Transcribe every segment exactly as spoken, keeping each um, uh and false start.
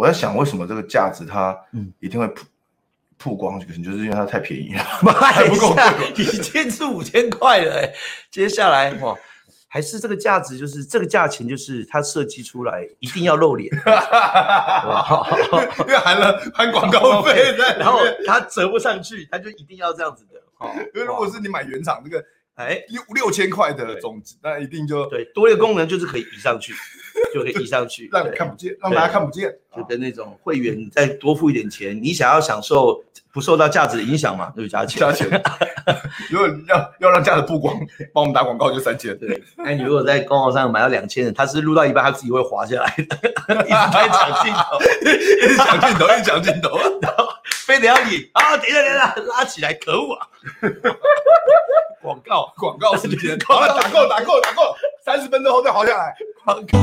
我在想为什么这个价值它一定会曝曝光，可能就是因为它太便宜了，还不够贵， 已经是五千块了、欸。接下来哇，还是这个价值，就是这个价钱，就是它设计出来一定要露脸， 因为含了含广告费在， 然后它折不上去，它就一定要这样子的。 因为如果是你买原厂这个。 哎， 六六千块的种子，那一定就对多一个功能，就是可以移上去，就可以移上去， 让看不见，让大家看不见， 就跟那种会员再多付一点钱，你想要享受不受到价值的影响嘛，就加钱， 加钱。如果要要让价值曝光，帮我们打广告就三千。 对，那你如果在官网上买到两千的，它是录到一半，它自己会滑下来的，一直在抢镜头， 一直抢镜头，一直抢镜头， 然后非得要你啊，等一下等一下，拉起来，可恶啊！广告广告时间，好了，打够打够打够，三十分钟后再滑下来。广告。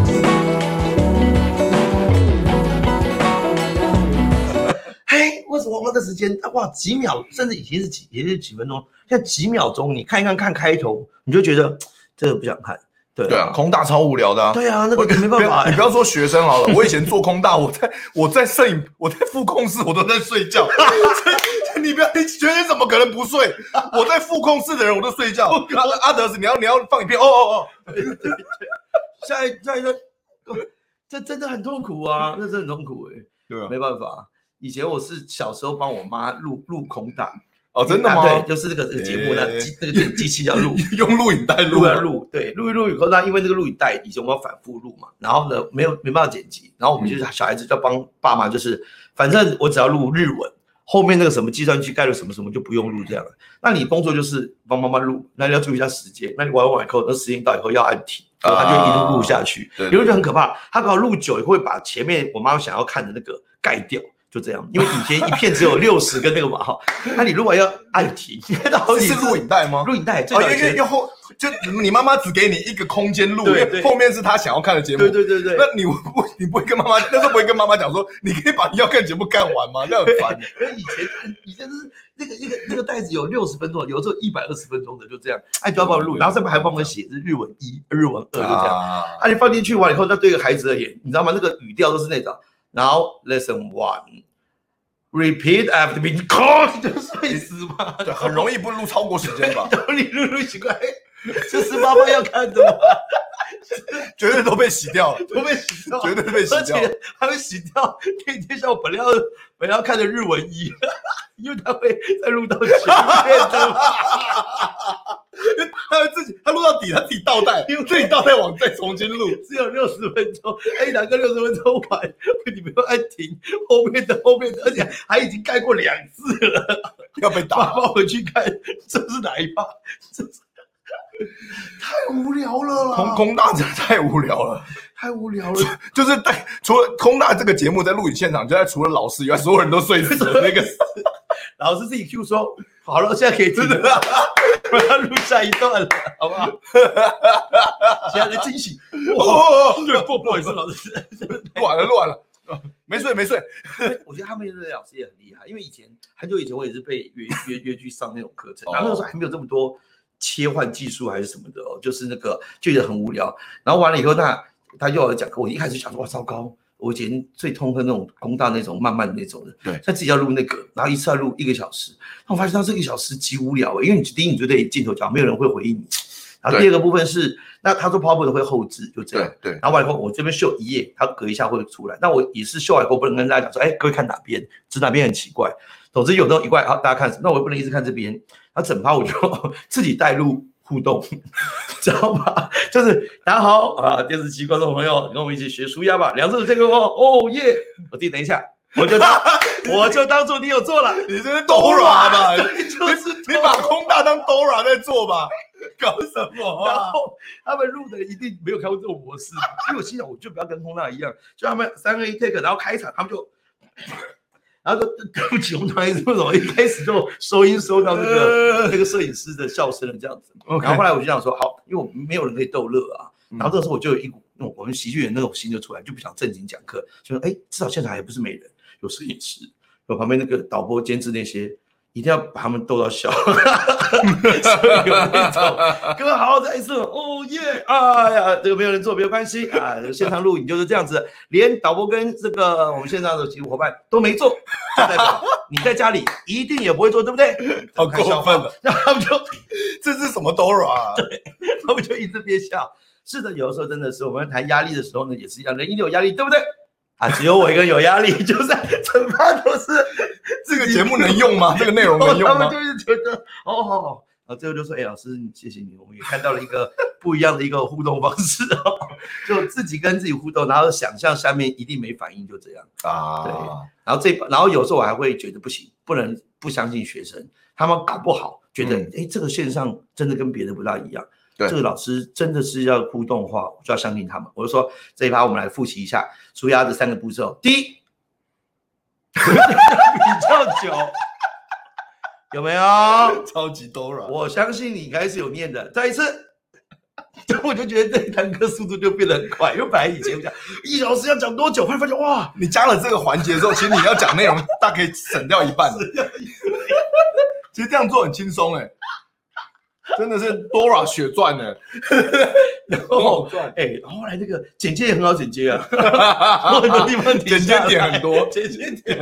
嘿，为什么那个时间哇几秒，甚至以前是几也是几分钟，现在几秒钟，你看一看看开头，你就觉得这个不想看。对 啊, 对啊，空大超无聊的啊。 对啊，那个没办法、欸。 你不要说学生好了，我以前做空大，我在我在摄影，我在副控室，我都在睡觉。你不要，你觉得你怎么可能不睡？我在副控室的人我都睡觉。阿阿德斯，你要你要放影片，哦哦哦。 对对对，下一下一个，这真的很痛苦啊，那真的很痛苦哎、欸。 对啊， 没办法，以前我是小时候帮我妈录录空大。 哦，真的吗？ 对，就是这个这个节目，那机那个机器要录， 用录影带录啊录，对，录一录以后，那因为这个录影带以前我们要反复录嘛，然后呢没有没办法剪辑，然后我们就是小孩子就要帮爸妈，就是反正我只要录日文，后面那个什么计算机盖了什么什么就不用录这样了。那你工作就是帮妈妈录，那你要注意一下时间，那你玩完以后，那时间到以后要按停，然后他就一路录下去，有人就很可怕，他搞好录久也会把前面我妈想要看的那个盖掉。就这样，因为以前一片只有六十跟那个嘛哈，那你如果要按停， 是录影带吗？ 录影带， 哦，因为因为后就你妈妈只给你一个空间录，因为后面是她想要看的节目。 对对对对， 那你不你不会跟妈妈那时候不会跟妈妈讲说，你可以把你要看的节目看完吗？那很烦。 因为以前以前是那个一个那个袋子有六十分钟，有时候一百二十分钟的就这样，哎就要帮我录，然后上面还帮我写是日文一、日文二就这样，啊你放进去完以后，那对一个孩子而言，你知道吗？那个语调都是那种。然后 lesson one repeat after me， 就睡死嘛， 对，很容易不录超过时间吧？ 你录录奇怪，这是妈妈要看的吗？ 绝对都被洗掉了， 都被洗掉， 绝对被洗掉， 而且还会洗掉。那天下午本来要本来要看的日文一，因为他会再录到前面的。 他会自己，他录到底，他自己倒带，因为自己倒带往再重新录， 只有六十分钟，哎，两个六十分钟完，你没有按停，后面的后面的，而且还已经盖过两次了， 要被打， 爸爸回去看，这是哪一趴？这是太无聊了啦！ 空空大真的太无聊了， 太无聊了。 就是在除了空大这个节目在录影现场，就在除了老师以外，所有人都睡死了。那个老师自己 Q 说：“好了，现在可以停了，我要录下一段了，好不好？”现在在惊喜。哦，对，不不好意思，老师， 录完了，录完了。没睡没睡， 我觉得他们的老师也很厉害，因为以前很久以前我也是被约约约去上那种课程，然后那个时候还没有这么多切换技术还是什么的哦，就是那个就觉得很无聊。然后完了以后，那他又要讲课，我一开始想说哇糟糕，我以前最痛恨那种工大那种慢慢的那种的， 对， 他自己要录那个，然后一次要录一个小时，那我发现他这个小时极无聊，因为你第一你就得镜头讲，没有人会回应你。然后第二个部分是，那他说 PowerPoint 会后置，就这样。 对对。 然后完了以后，我这边秀一页，他隔一下会出来。那我也是秀完以后不能跟大家讲说，哎，各位看哪边，指哪边很奇怪。总之有那种一怪，好，大家看，那我也不能一直看这边。他整趴我就自己带入互动，知道吗？就是大家好啊，电视机观众朋友，跟我们一起学舒压吧。两只手这个哦，哦耶！我自己等一下。我就当我就当做你有做了， 你这是 Dora 吧？ 就是你把空大当 Dora 在做吧？搞什么、 啊？然后他们录的一定没有看过这种模式，因为我心想我就不要跟空大一样，就他们三个一 take， 然后开场他们就，然后就对不起，我们不好意思，为什么一开始就收音收到那个那个摄影师的笑声了这样子？ Okay. 然后后来我就想说，好，因为我们没有人可以逗乐啊。然后这个时候我就有一股我们喜剧人那种心就出来，就不想正经讲课，就说哎，至少现场也不是没人。有摄影师，有旁边那个导播监制那些， 一定要把他们逗到笑，所以有那种各位好，再一次哦耶，哎呀，这个没有人做没有关系啊，现场录影就是这样子，连导播跟这个我们线上的节目伙伴都没做，就代表你在家里一定也不会做，对不对？ 好过分了， 然后他们就这是什么 Dora 啊？ 对，他们就一直憋笑。是的，有的时候真的是我们谈压力的时候呢，也是一样，人一定有压力，对不对？啊，只有我一个有压力，就是整趴都是这个节目能用吗？这个内容能用吗？ 他们就是觉得哦好好，然后最后就说，哎，老师，谢谢你，我们也看到了一个不一样的一个互动方式哦，就自己跟自己互动，然后想象下面一定没反应，就这样啊。对，然后这，然后有时候我还会觉得不行，不能不相信学生，他们搞不好觉得，哎、嗯，这个线上真的跟别的不大一样。这个老师真的是要互动化，我就要相信他们。我就说这一趴我们来复习一下舒压的三个步骤。第一，比较久，有没有？ 超级 Dora， 我相信你应该是有念的。再一次，我就觉得这一堂课速度就变得很快，因为本来以前讲一小时要讲多久，后来发现哇， 你加了这个环节之后，其实你要讲内容大概可以省掉一半。其实这样做很轻松哎。真的是 Dora 血赚呢， 然后哎，后来那个剪接也很好剪接啊，很多地方剪接点很多， 剪接点。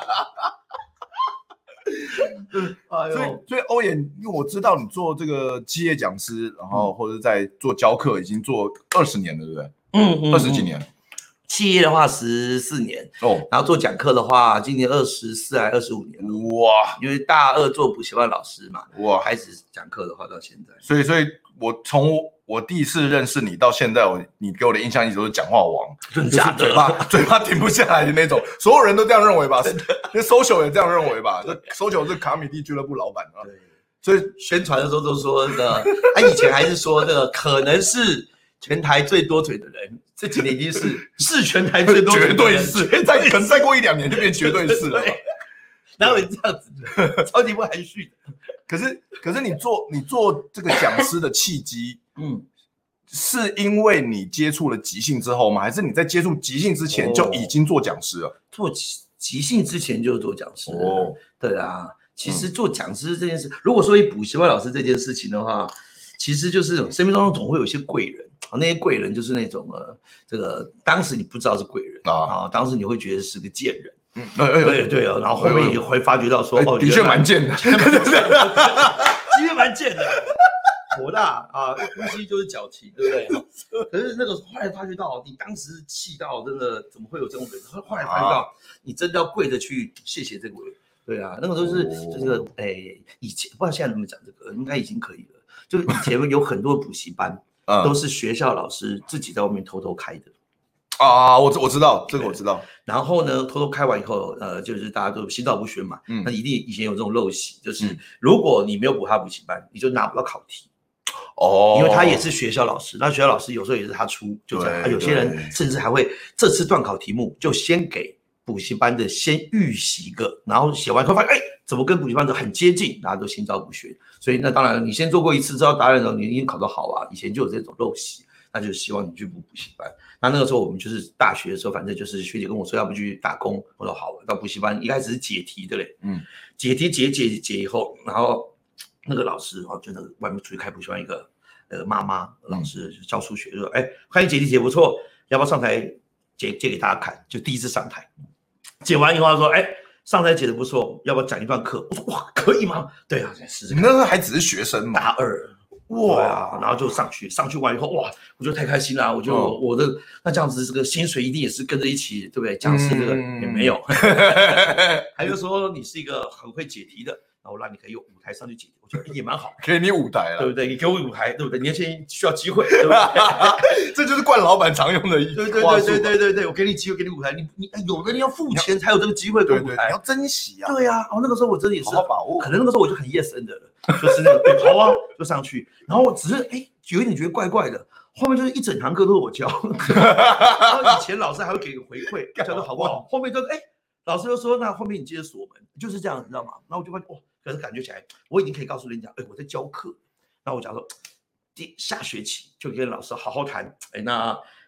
哎、所以，所以欧妍，因为我知道你做这个企业讲师，然后或者在做教课，已经做二十年了，对不对？嗯嗯，二十几年。 企业的话十四年哦，然后做讲课的话，今年二十四还二十五年了哇！因为大二做补习班老师嘛，哇，开始讲课的话到现在， 所以，所以我从我第一次认识你到现在，我你给我的印象一直都是讲话王， 真假的， 嘴巴嘴巴停不下来的那种，所有人都这样认为吧？那 social 也这样认为吧？就 social 是卡米蒂俱乐部老板啊， 所以宣传的时候都说那个，他以前还是说那个可能是全台最多嘴的人。这几年已经是是全台最多， 绝对是，再可能再过一两年就变绝对是了。 哪有人这样子？超级不含蓄的。 可是，可是你做你做这个讲师的契机，嗯，是因为你接触了即兴之后吗？还是你在接触即兴之前就已经做讲师了？ 哦、做即兴之前就做讲师哦，对啊。其实做讲师这件事，嗯、如果说以补习班老师这件事情的话，其实就是生命中总会有一些贵人。那些贵人就是那种呃，这个当时你不知道是贵人啊，当时你会觉得是个贱人，嗯，对对哦，然后后面你会发觉到说，哦， 的确蛮贱的， 的确蛮贱的，火大啊，呼吸就是矫情，对不对？可是那个后来发觉到，你当时气到真的怎么会有这种人？后来发觉到，你真的要跪着去谢谢这个人，对啊，那个都是这个诶，以前不知道现在能不能讲这个，应该已经可以了，就以前有很多补习班。都是学校老师自己在外面偷偷开的啊，我我知道这个我知道。 然后呢，偷偷开完以后，呃，就是大家都心照不宣嘛。嗯，那一定以前有这种陋习，就是、嗯、如果你没有补他补习班，你就拿不到考题。哦，因为他也是学校老师，那学校老师有时候也是他出，就这样。啊、有些人甚至还会这次段考题目就先给补习班的先预习个，然后写完以后发现，哎，怎么跟补习班的很接近，大家都心照不宣。所以那当然，你先做过一次知道答案了，你一定考得好啊。以前就有这种陋习，那就希望你去补补习班。那那个时候我们就是大学的时候，反正就是学姐跟我说要不去打工，我说好，到补习班一开始是解题的嘞，嗯，解题解解解以后，然后那个老师哦，就那个外面出去开补习班一个呃妈妈老师教数学，就说哎，看你解题解不错，要不要上台解解给大家看？就第一次上台，解完以后他说哎。上台解的不错，要不要讲一段课？我说哇，可以吗？对啊，试试。 你那时候还只是学生嘛， 大二，哇、啊，然后就上去，上去完以后，哇，我就太开心了。我就、嗯、我的那这样子，这个薪水一定也是跟着一起，对不对？讲师这个、嗯、也没有，还有说你是一个很会解题的，然后让你可以有舞台上去解题，我觉得也蛮好， 给你舞台了， 对不对？你给我舞台，对不对？年轻人需要机会，对不对？ 这就是冠老板常用的一对对对对对对对，我给你机会，给你舞台，你你有的人要付钱才有这个机会跟舞台， 你要珍惜啊。 对啊，哦，那个时候我真的也是好好把握， 可能那个时候我就很 yes and 了，就是那个好啊，就上去，然后我只是哎有一点觉得怪怪的，后面就是一整堂课都是我教，然后以前老师还会给个回馈，教的好不好？后面就是哎老师就说那后面你接着锁门，就是这样，你知道吗？然后我就发现哇，可是感觉起来我已经可以告诉人家，哎我在教课，那我讲说。下学期就跟老师好好谈，哎，那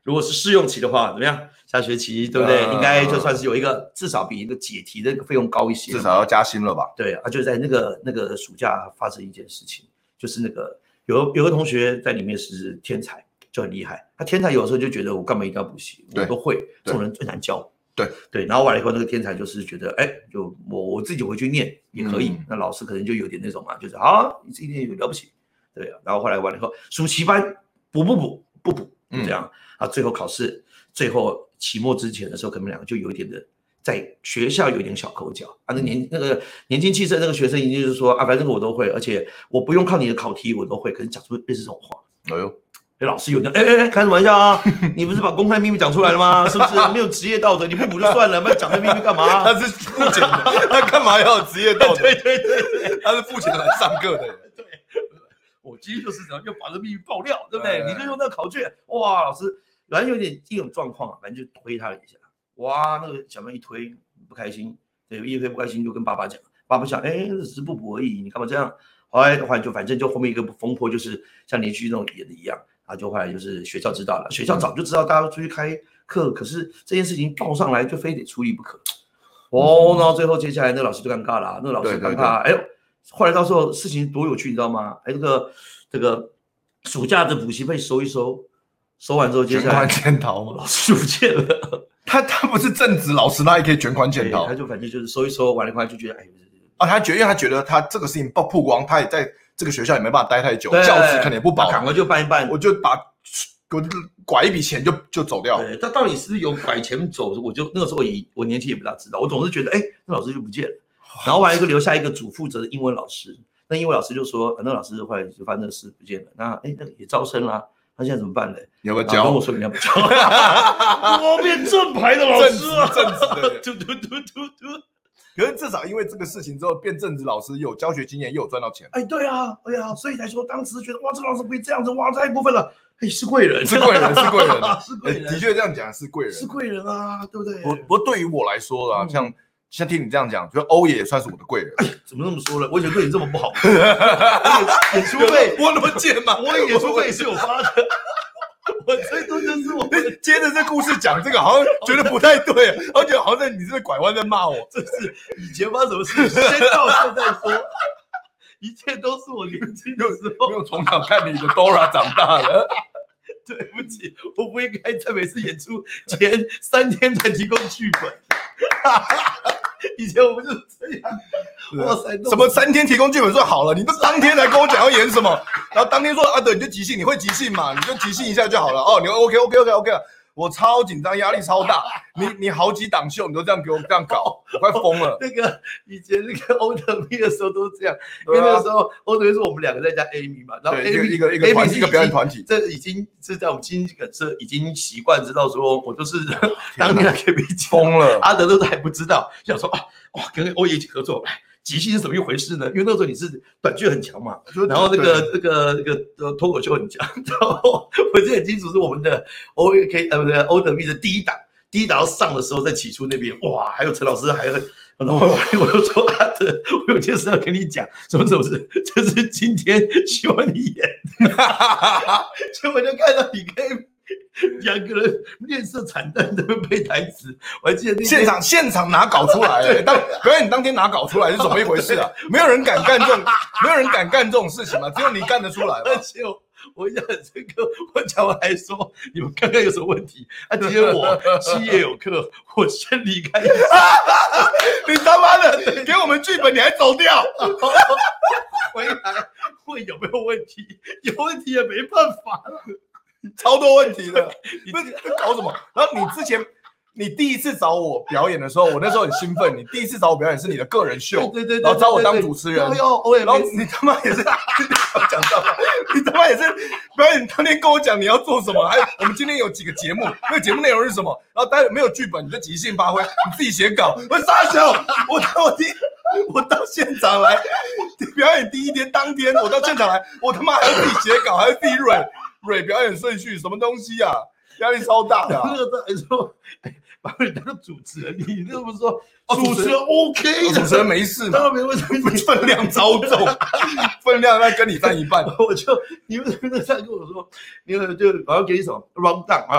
如果是试用期的话，怎么样？下学期对不对？ 呃、 应该就算是有一个至少比一个解题的一个费用高一些， 至少要加薪了吧？ 对啊，就在那个那个暑假发生一件事情，就是那个有有个同学在里面是天才，就很厉害。他天才有时候就觉得我干嘛一定要补习，我都会，这种人最难教。 对对，然后完了以后，那个天才就是觉得，哎，就我我自己回去念也可以。 嗯、 那老师可能就有点那种嘛，就是啊，你自己念有了不起，对啊。然后后来完了以后，暑期班补不补不补，就这样。啊，最后考试，最后期末之前的时候，可能两个就有一点的。在学校有一点小口角啊，那年那个年轻气盛那个学生一定就是说啊，反正我都会，而且我不用靠你的考题我都会，可能讲出类似这种话。 哎呦， 老师有点哎哎哎，开什么玩笑啊？你不是把公开秘密讲出来了吗？是不是没有职业道德？你不补就算了，不然讲这秘密干嘛？ 他是付钱的，他干嘛要有职业道德？ 对对对对， 他是付钱来上课的。 对，我今天就是想要把这秘密爆料，对不对？你就用那个考卷，哇，老师反正有点这种状况，反正就推他了一下。哇，那个小妹一推不开心，对，一推不开心就跟爸爸讲，爸爸想，哎，只是不补而已，你干嘛这样？后来的话就反正就后面一个风波，就是像连续剧那种演的一样，啊，就后来就是学校知道了，学校早就知道大家都出去开课，可是这件事情报上来就非得处理不可。哦，然后最后接下来那个老师就尴尬了，那个老师尴尬，哎呦，后来到时候事情多有趣，你知道吗？哎，这个这个暑假的补习费收一收，收完之后接下来检讨嘛， 老师不见了。 他他不是正职老师，他也可以卷款潜逃。 他就反正就是收一收，完了快就觉得哎， 啊，他觉得因为他觉得他这个事情曝曝光，他也在这个学校也没办法待太久，教职可能也不保， 赶快就办一办， 我就把我拐一笔钱就就走掉。 对，他到底是有拐钱走，我就那个时候也我年纪也不大知道，我总是觉得哎，那老师就不见了，然后完了一个留下一个主负责的英文老师，那英文老师就说，那老师后来就发生事不见了，那哎那个也招生啦。他现在怎么办呢？ 有个教， 跟我说你要不教，我变正牌的老师啊， 正直的， 嘟嘟嘟嘟嘟。 可是至少因为这个事情之后变正职老师，有教学经验，又有赚到钱。 哎，对啊，哎呀，所以才说当时觉得哇，这老师不会这样子，哇，太过分了。哎，是贵人， 是贵人，是贵人， 是贵人， 的确这样讲是贵人， 是贵人啊，对不对？ 不不过对于我来说啦，像像听你这样讲，觉得欧爷也算是我的贵人。 哎，怎么那么说了？我以前对你这么不好，演出费我那么贱吗？ 我演出费也是有发的。我最多就是我接着这故事讲这个，好像觉得不太对，而且好像你是拐弯在骂我。 这是以前发生什么事，先到现在说，一切都是我年轻的时候。 因为我从小看你的 Dora 长大了。 对不起，我不应该在每次演出前三天才提供剧本。以前我们就是这样，哇塞！ 什么三天提供剧本说好了，你都当天来跟我讲要演什么，然后当天说阿德你就即兴，你会即兴嘛？你就即兴一下就好了。哦，你 OK OK OK OK， 我超紧张，压力超大。你你好几档秀你都这样给我这样搞，我快疯了。 那个以前那个欧德密的时候都是这样，因为那个时候欧德密是我们两个在加 Amy 嘛，然后 Amy 一个一个一个一个表演团体， 这已经是在我们经纪人是已经习惯知道说我都是当年的 K B 疯了， 阿德都还不知道，想说啊哇跟欧爷一起合作。即兴是怎么一回事呢？因为那时候你是短剧很强嘛，然后那个那个那个脱口秀很强，然后我记得很清楚是我们的 O K 呃不对欧德密的第一档，第一档要上的时候在起初那边，哇，还有陈老师，还有，然后我就说阿德，我有件事要跟你讲，什么什么事，就是今天希望你演，结果我就看到你跟两个人面色惨淡的背台词，我还记得那现场现场拿稿出来、欸，当表演当天拿稿出来是怎么一回事啊？没有人敢干这种，没有人敢干这种事情嘛，只有你干得出来。 而且我我印象很深刻，我讲完还说你们刚刚有什么问题？啊，今天我七夜有课，我先离开一下。 你他妈的给我们剧本，你还走掉？ 回来问有没有问题？有问题也没办法了。 超多问题的，不是搞什么？然后你之前，你第一次找我表演的时候，我那时候很兴奋。你第一次找我表演是你的个人秀， 对对对， 然后找我当主持人， 然后你他妈也是讲到，你他妈也是表演当天跟我讲你要做什么，还有我们今天有几个节目，那个节目内容是什么？然后待会没有剧本，你就即兴发挥，你自己写稿。我傻小，我我第我到现场来表演第一天当天，我到现场来，我他妈还要自己写稿，还要自己蕊。蕊表演顺序什么东西啊？压力超大的、啊。 那个在说，哎，把你当主持人，你那不是说主持人 OK 的， 主持人没事嘛？ 当然没问题， 分量超重，分量要跟你占一半。 我就你们那在跟我说，你们就我要给你什么 round down 啊好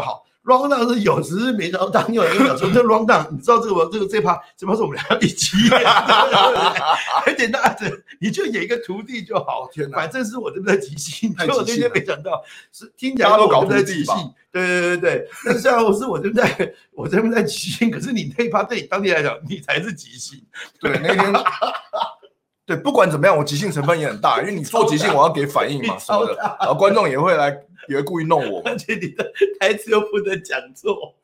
round down 是有，只是没到当有人讲说这 round down， 你知道这个这个这趴这趴是我们俩一起演的，很简单的，你就演一个徒弟就好。天哪，反正是我这边的即兴，结果那天没想到是听起来我这边在即兴，对对对对。但是啊，我是我这边在我这边在即兴，可是你那一趴对你当地来讲，你才是即兴。 对，那天。对，不管怎么样，我即兴成分也很大，因为你做即兴，我要给反应嘛什么的，然后观众也会来，也会故意弄我， 而且你的台词又不能讲错，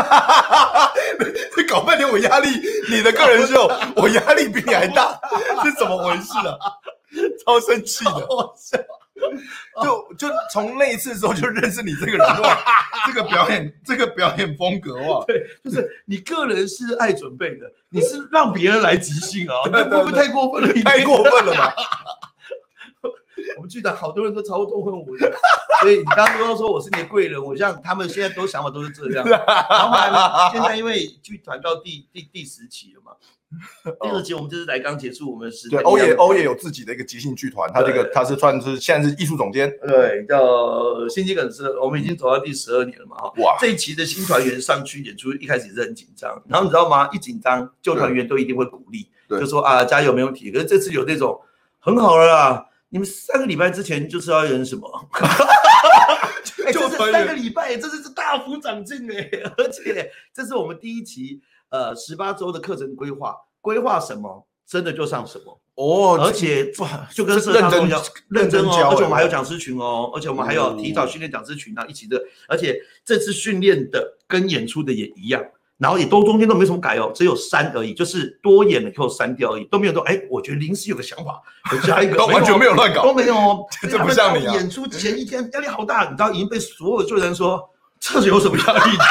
搞半天我压力，你的个人秀，我压力比你还大，是怎么回事啊？超生气的，就就从那一次之后就认识你这个人哇，这个表演这个表演风格哇， 对，就是你个人是爱准备的，你是让别人来即兴啊，会不会太过分了？ 太过分了吧？ 我们剧团好多人都超多问我的，所以你刚刚刚说我是你的贵人，我像他们现在都想法都是这样。然后后来现在因为剧团到第第第十期了嘛。第十期我们这是才刚结束，我们是对欧野欧野有自己的一个即兴剧团，他这个他是算是现在是艺术总监， 对，叫心肌梗塞，我们已经走到第十二年了嘛，哇！这一期的新团员上去演出，一开始是很紧张，然后你知道吗？一紧张，旧团员都一定会鼓励，就说啊加油没问题。可是这次有那种很好了啦，你们三个礼拜之前就知道演什么。欸、这是三个礼拜，这是大幅长进哎！而且这是我们第一期。呃，十八周的课程规划，规划什么，真的就上什么哦。 而且就跟社大一样认真哦，而且我们还有讲师群哦，而且我们还有提早训练讲师群啊，一起的。而且这次训练的跟演出的也一样，然后也都中间都没什么改哦，只有删而已，就是多演了以后删掉而已，都没有说哎，我觉得临时有个想法，我加一个， 完全没有乱搞， 都没有哦。 这不像你啊！ 演出前一天压力好大，你知道已经被所有的人说，这有什么压力大？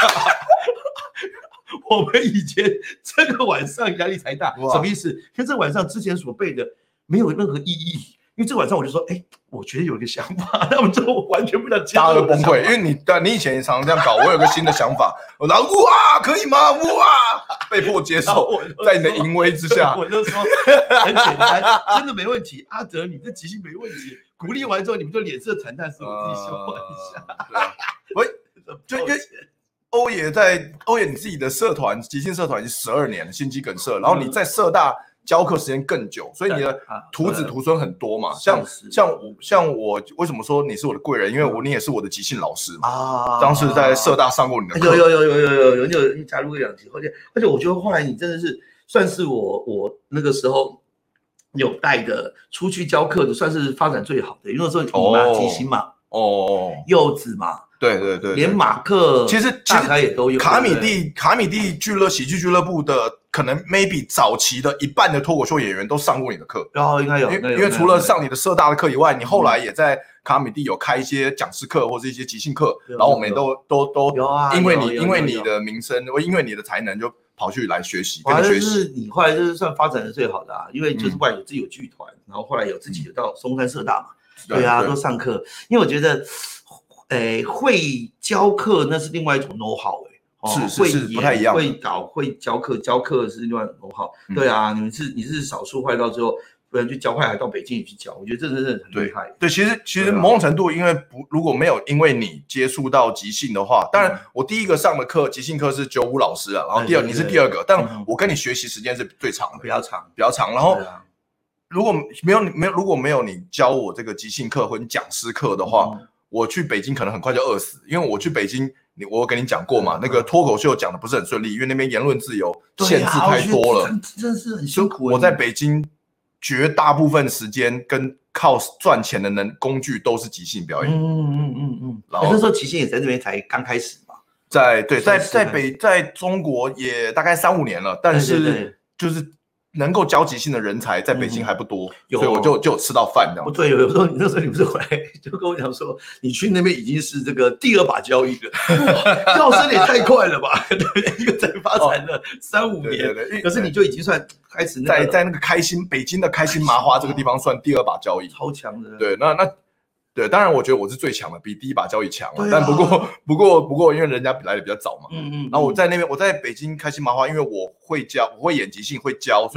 我们以前这个晚上压力才大，什么意思？因为这晚上之前所背的没有任何意义，因为这晚上我就说，哎，我觉得有一个想法，那我们就完全不能接受， 大家都崩溃，因为你对你以前也常常这样搞，我有个新的想法，然后哇，可以吗？哇，被迫接受，在你的淫威之下， 我就说很简单，真的没问题。阿德，你这即兴没问题。鼓励完之后，你们就脸色惨淡，是我自己说一下。 对，我就因为。欧野在欧野你自己的社团即兴社团已经十二年了，心肌梗塞，然后你在社大教课时间更久，所以你的徒子徒孙很多嘛。像像我像我为什么说你是我的贵人？因为我你也是我的即兴老师嘛。啊，当时在社大上过你的课， 有有有有有有有有有加入一两期，而且而且我觉得后来你真的是算是我我那个时候有带的出去教课的，算是发展最好的，因为那时候你嘛即兴嘛，哦，柚子嘛。 对对 对, 对， 连马克其实大概也都有。 卡米蒂卡米蒂俱乐喜剧俱乐部的可能 maybe 早期的一半的脱口秀演员都上过你的课， 然后应该有， 因为因为除了上你的社大的课以外，你后来也在卡米蒂有开一些讲师课或者一些即兴课，然后我们都都都因为你因为你的名声，因为你的才能就跑去来学习，跟你学习。 就是你后来就是算发展的最好的啊，因为就是后来有自己有剧团，然后后来有自己有到松山社大嘛，对啊，都上课，因为我觉得。诶，会教课那是另外一种 know how 哎、 欸，是是是不太一样。 会导会教课，教课是另外一种 know how、嗯。对啊，你们是你是少数坏到之后，不然去教坏，还到北京也去教，我觉得这真的很厉害。 对，对其实其实某种程度，因为不如果没有因为你接触到即兴的话，当然我第一个上的课即兴课是九五老师啊，然后第二你是第二个，但我跟你学习时间是最长的， 比较长， 比较长。然后如果没有没有如果没有你教我这个即兴课或者讲师课的话。嗯我去北京可能很快就饿死，因为我去北京，你我跟你讲过嘛，那个脱口秀讲的不是很顺利，因为那边言论自由限制太多了， 真是很辛苦。 我在北京绝大部分时间跟靠赚钱的能工具都是即兴表演。 嗯嗯嗯嗯。然后那时候即兴也在这边才刚开始嘛。 在对，在在北在中国也大概三五年了，但是就是。能够教即兴的人才在北京还不多，嗯、所以我就就有吃到饭这样。 不对，有时候你那时候你不是回来就跟我讲说，你去那边已经是这个第二把交椅了，跳升也太快了吧？对不对？一个才发展了三五年，对对对，可是你就已经算开始、那个、在在那个开心北京的开心麻花这个地方算第二把交椅， 超强的。 对，那那。对，当然我觉得我是最强的，比第一把交椅强了、啊。但不过不过不过，因为人家来的比较早嘛，嗯嗯。然后我在那边，我在北京开心麻花，因为我会教，我会演即兴，会教，所以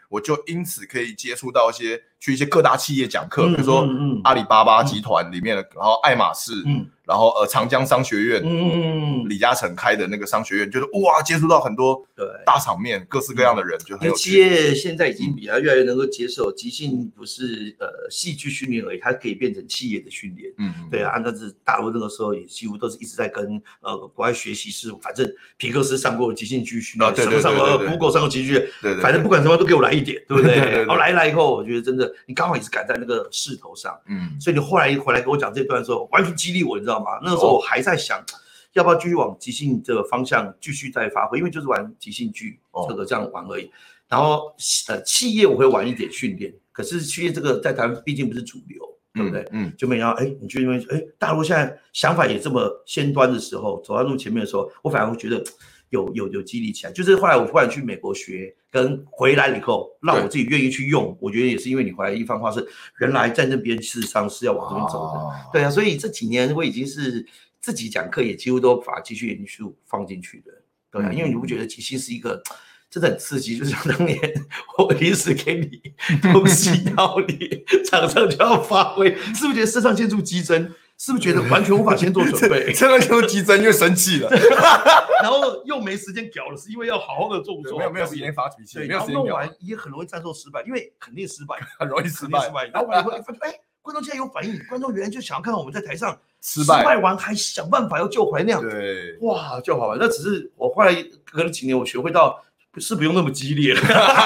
我就因此可以接触到一些去一些各大企业讲课，比如说阿里巴巴集团里面的，然后爱马仕，嗯，然后呃长江商学院，嗯，李嘉诚开的那个商学院，就是哇，接触到很多大场面各式各样的人，就很有趣。 企业现在已经比较越来越能够接受即兴不是呃戏剧训练而已，它可以变成企业的训练。嗯，对啊，但是大陆那个时候也几乎都是一直在跟呃国外学习，是反正皮克斯上过即兴剧训练，什么上过 Google 上过即兴剧练，反正不管什么都给我来一点，对不对？然后来来以后，我觉得真的你刚好也是赶在那个势头上，嗯，所以你后来回来跟我讲这段的时候，完全激励我，你知道吗？那个时候我还在想。要不要继续往即兴这个方向继续再发挥？因为就是玩即兴剧这个这样玩而已。然后呃，企业我会晚一点训练，可是企业这个在台湾毕竟不是主流，对不对？嗯，嗯就没想到哎，你就因为哎，大陆现在想法也这么先端的时候，走在路前面的时候，我反而会觉得有有有激励起来。就是后来我忽然去美国学，跟回来以后，让我自己愿意去用，我觉得也是因为你回来一番话是，原来在那边事实上是要往这边走的。哦、对啊，所以这几年我已经是。自己讲课也几乎都把继续元素放进去的，对啊，因为你不觉得即兴是一个真的很刺激？就像当年我临时给你东西要你，场上就要发挥，是不是觉得肾上腺素激增？是不是觉得完全无法先做准备？ 肾上腺素激增，因为生气了， 然后又没时间搞了，是因为要好好的做做， 没有没有时间发脾气， 对，然后弄完也很容易战斗失败，因为肯定失败， 很容易失败。 然后我会发现，哎。观众竟然有反应，观众原来就想要看到我们在台上失败， 失败完还想办法要救回那样， 对， 哇，就好玩。那只是我后来隔了几年，我学会到是不用那么激烈了。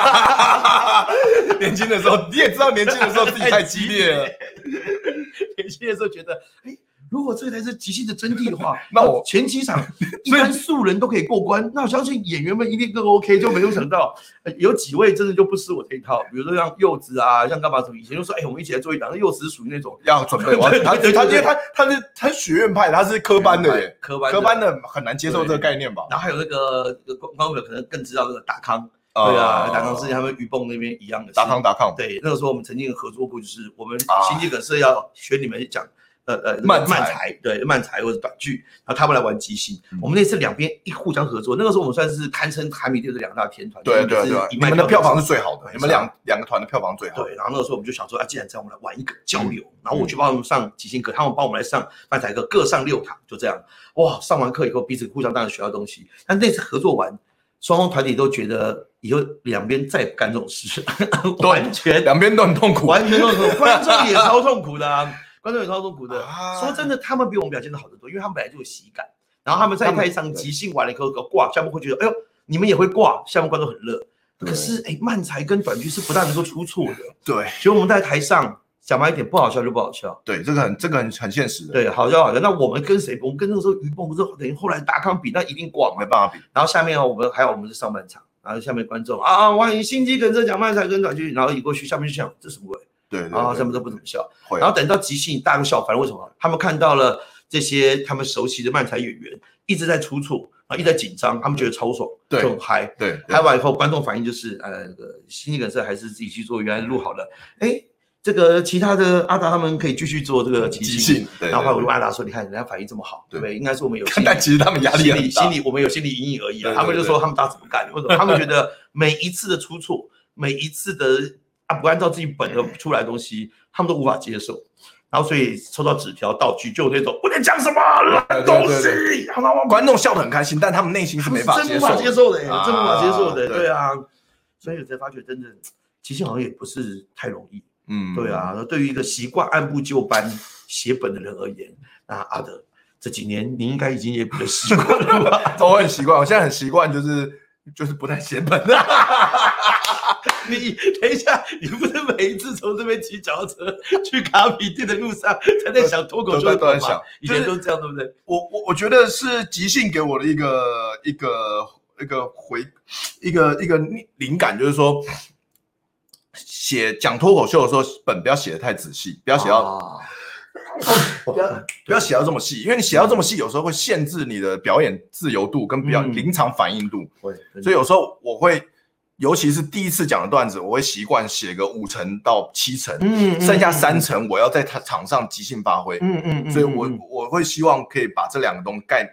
年轻的时候，你也知道，年轻的时候自己太激烈了。 年轻的时候觉得，哎。如果这才是即兴的真谛的话， 那我前几场一般素人都可以过关，那我相信演员们一定更 OK。就没有想到，呃、有几位真的就不是我这一套，比如说像柚子啊，像干嘛什么，以前就说，哎、欸，我们一起来做一档。那柚子是属于那种要准备完，他他因为他他是他是学院派，他是科班的耶， 科班科班的很难接受这个概念吧。 然后还有那个观众可能更知道那个达康。对啊，达康是他们鱼蹦那边一样的。 达康达康。 对，那个时候我们曾经合作过，就是我们新纪梗社要学你们讲。呃呃， 漫漫才对漫才或者短剧，然后他们来玩即兴，嗯、我们那次两边一互相合作，那个时候我们算是堪称韩米店的两大天团。 对对对，你们的票房是最好的，你们两两个团的票房最好。 对，然后那个时候我们就想说，啊，既然这样，我们来玩一个交流，嗯、然后我去帮他们上即兴课，他们帮我们来上漫才课，各上六堂，就这样。哇，上完课以后，彼此互相当然学到东西。但那次合作完，双方团体都觉得以后两边再也不干这种事，完全两边都很痛苦， 完全都很痛苦，观众也超痛苦的、啊。观众也超痛苦的。啊、说真的，他们比我们表现的好得多，因为他们本来就有喜感。然后他们在台上即兴完了以后挂，下面会觉得，哎呦，你们也会挂，下面观众很热。可是，哎，漫才跟短剧是不大能够出错的。 对， 所以我们在台上讲白一点，不好笑就不好笑。 对，这个很这个很很现实的。 对，好笑好笑。那我们跟谁？我们跟那个时候于蹦不是等于后来达康比，那一定挂， 没办法比。 然后下面我们还有我们是上半场，然后下面观众啊，欢迎新纪梗社讲漫才跟短剧，然后一过去，下面就想这什么鬼？ 对对啊，他们都不怎么笑，然后等到即兴，大家都笑翻了。为什么？他们看到了这些他们熟悉的漫才演员一直在出错，然后一直在紧张，他们觉得超爽，就很嗨。 对， 嗨完以后，观众反应就是，呃，那个新纪梗社还是自己去做，原来录好了。哎，这个其他的阿达他们可以继续做这个即兴。然后我就问阿达说：“你看人家反应这么好，对不对？应该是我们有心理， 但其实他们压力很大，心理我们有心理阴影而已啊。他们就说他们大怎么干，或者他们觉得每一次的出错，每一次的。”啊，不按照自己本的出来的东西，他们都无法接受，然后所以抽到纸条道具就有那种我在讲什么烂东西， 观众笑得很开心，但他们内心是没法接受的， 真无法接受的，真无法接受的，对啊，所以我才发觉真的即兴好像也不是太容易，嗯，对啊，对于一个习惯按部就班写本的人而言，那阿德这几年你应该已经也比较习惯了吧？ 我很习惯，我现在很习惯，就是就是不太写本。 你等一下，你不是每一次从这边骑脚踏车去咖啡店的路上，才在想脱口秀都在想， 以前都这样，对不对？ 我我我觉得是即兴给我的一个一个一个回一个一个灵感，就是说写讲脱口秀的时候，本不要写得太仔细，不要写到。啊不要不要写到这么细，因为你写到这么细，有时候会限制你的表演自由度跟表临场反应度。嗯、所以有时候我会，尤其是第一次讲的段子，我会习惯写个五成到七成，嗯、剩下三成我要在场上即兴发挥。嗯嗯嗯、所以我我会希望可以把这两个东西概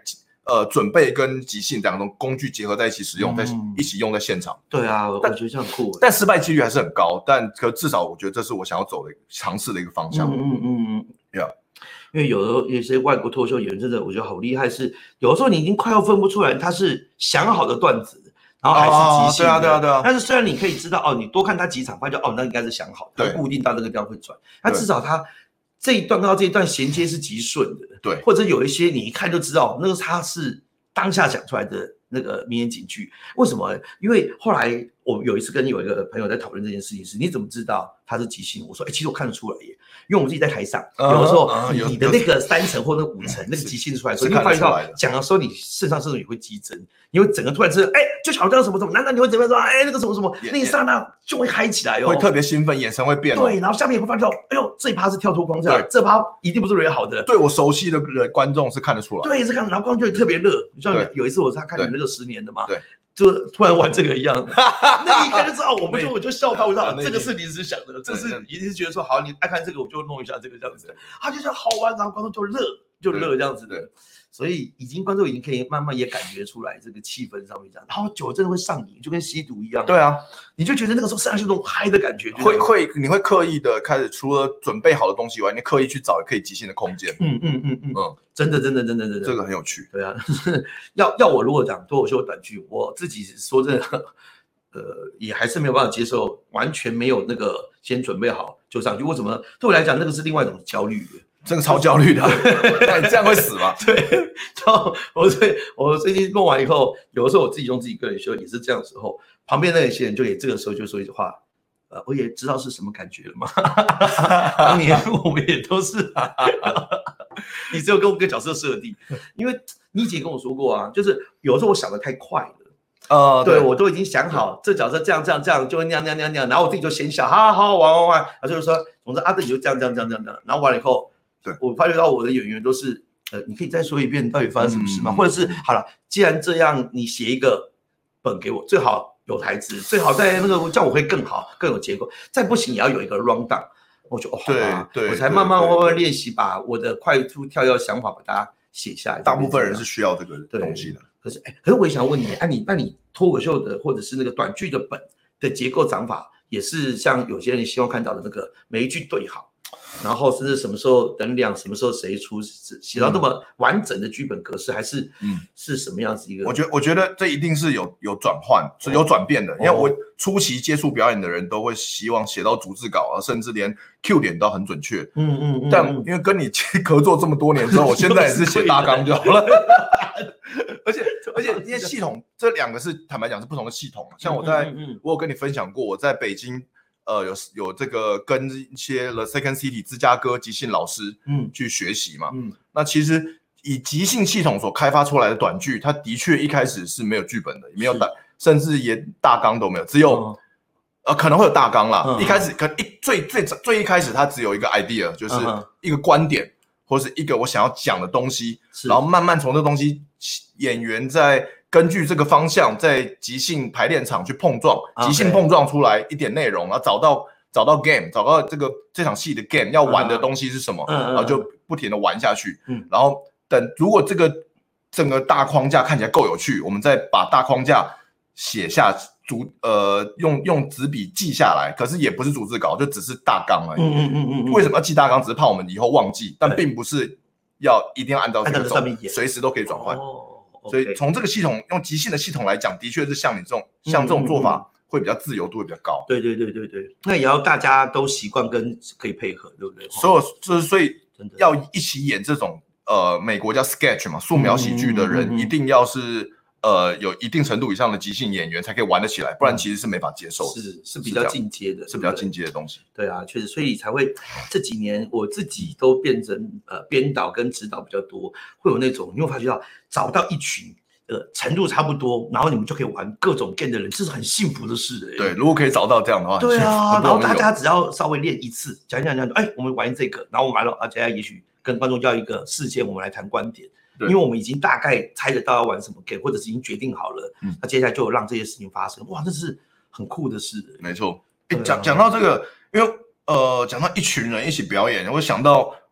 呃准备跟即兴两种工具结合在一起使用， 嗯、 在一起用在现场。 对啊，我觉得这样很酷。 但失败几率还是很高，但可至少我觉得这是我想要走的尝试的一个方向。 嗯嗯嗯嗯 ，Yeah。 因为有的有些外国脱口秀演员真的我觉得好厉害，是有的时候你已经快要分不出来他是想好的段子，然后还是即兴的。 哦、对啊对啊对啊。 但是虽然你可以知道哦，你多看他几场，发现哦那应该是想好的，他不一定到那个地方会转。那至少他这一段到这一段衔接是极顺的。 对。 或者有一些你一看就知道，那个他是当下讲出来的那个名言警句。为什么？因为后来我有一次跟有一个朋友在讨论这件事情是，你怎么知道他是即兴？我说，哎、欸，其实我看得出来耶，因为我们自己在台上，有的时候、uh, uh, 你的那个三层或那五层那个即兴出来的时候，你会发现到讲的时候，你肾上腺素也会激增，你会整个突然知道，哎、欸，就好像什么什么，难道你会怎么样说？哎、欸，那个什么什么， yeah, 那一刹那就会嗨起来哦， 会特别兴奋，眼神会变、哦。 对，然后下面也会发现到，哎呦，这一趴是跳脱框架，这趴一定不是特别好的。 对我熟悉的人观众是看得出来， 对，是看，然后观众就特别热。像有一次我是看你那个十年的嘛， 对。 就突然玩这个一样，那一看就知道，我们就我就笑他，我知道这个是临时想的，这是一定是觉得说好，你爱看这个我就弄一下这个这样子，他就觉得好玩，然后观众就热就热这样子的，所以已经观众已经可以慢慢也感觉出来这个气氛上面这样，然后久了真的会上瘾，就跟吸毒一样。 对啊， 你就觉得那个时候肾上腺素嗨的感觉， 会会你会刻意的开始除了准备好的东西以外，你刻意去找可以即兴的空间。 嗯嗯嗯嗯嗯，真的真的真的真的， 这个很有趣。 对啊，要要我如果讲脱口秀短剧，我自己说真的，呃，也还是没有办法接受，完全没有那个先准备好就上去。为什么？对我来讲，那个是另外一种焦虑的。 这个超焦虑的、啊，那你这样会死吗？ 对，然后我最我最近弄完以后，有的时候我自己用自己个人秀也是这样的时候，旁边那些人就也这个时候就说一句话，呃，我也知道是什么感觉了嘛。当年我们也都是，你只有跟我个角色设定，因为你以前跟我说过啊，就是有的时候我想的太快了。呃，对, 对我都已经想好这角色这样这样这样就会那样那样那样那样，然后我自己就先想，好好好玩玩玩，他就是说，总之阿德你就这样这样这样这样，然后完了以后。我发觉到我的演员都是，呃，你可以再说一遍到底发生什么事吗？嗯、或者是好了，既然这样，你写一个本给我，最好有台词，最好在那个叫我会更好，更有结构。再不行也要有一个 round down。我就哦，好吧，我才慢慢慢慢练习，把我的快速跳跃的想法把它写下来。 大部分人是需要这个东西的。 可是，哎，可是我也想问你，哎、啊，你那你脱口秀的或者是那个短剧的本的结构讲法，也是像有些人希望看到的那个每一句对好。然后甚至什么时候等量，什么时候谁出，写到那么完整的剧本格式，还是嗯是什么样子一个？ 我觉得我觉得这一定是有有转换，是有转变的。哦、因为我初期接触表演的人都会希望写到逐字稿啊，甚至连 Q 点都很准确。嗯嗯嗯。但因为跟你合作这么多年之后，我现在也是写大纲就好了。而且而且因为系统这两个是坦白讲是不同的系统。像我在、嗯嗯嗯、我有跟你分享过，我在北京。呃，有有这个跟一些 The Second City 芝加哥即兴老师，嗯，去学习嘛，嗯，那其实以即兴系统所开发出来的短剧，它的确一开始是没有剧本的，也没有大，甚至连大纲都没有，只有、嗯、呃可能会有大纲啦，嗯、一开始可能一最最最一开始它只有一个 idea， 就是一个观点、嗯、或是一个我想要讲的东西，然后慢慢从这东西演员在。根据这个方向，在即兴排练场去碰撞，即兴碰撞出来一点内容，然后找到找到 game， 找到这个这场戏的 game 要玩的东西是什么，嗯、然后就不停的玩下去。嗯、然后等如果这个整个大框架看起来够有趣，我们再把大框架写下逐呃用用纸笔记下来，可是也不是逐字稿，就只是大纲而已。嗯嗯嗯嗯。为什么要记大纲？只是怕我们以后忘记，但并不是要一定要按照这个走，随时都可以转换。哦所以从这个系统用即兴的系统来讲，的确是像你这种像这种做法会比较自由度会比较高。 对对对对对，那也要大家都习惯跟可以配合，对不对？ 所有就是所以要一起演这种呃美国叫 sketch 嘛素描喜剧的人，嗯嗯嗯、一定要是呃有一定程度以上的即兴演员才可以玩得起来，不然其实是没法接受的。 是是比较进阶的， 是比较进阶的东西。 对啊，确实，所以才会这几年我自己都变成呃编导跟指导比较多，会有那种你会发觉到找到一群。呃，程度差不多，然后你们就可以玩各种 game 的人，这是很幸福的事、欸。 对，如果可以找到这样的话， 对啊，然后大家只要稍微练一次，讲讲讲，哎，我们玩这个，然后我们玩了，而且也许跟观众要一个事件，我们来谈观点，因为我们已经大概猜得到要玩什么 game， 或者是已经决定好了，嗯，那接下来就有让这些事情发生，哇，这是很酷的事、欸。 没错，讲讲到这个，因为呃，讲到一群人一起表演，我想到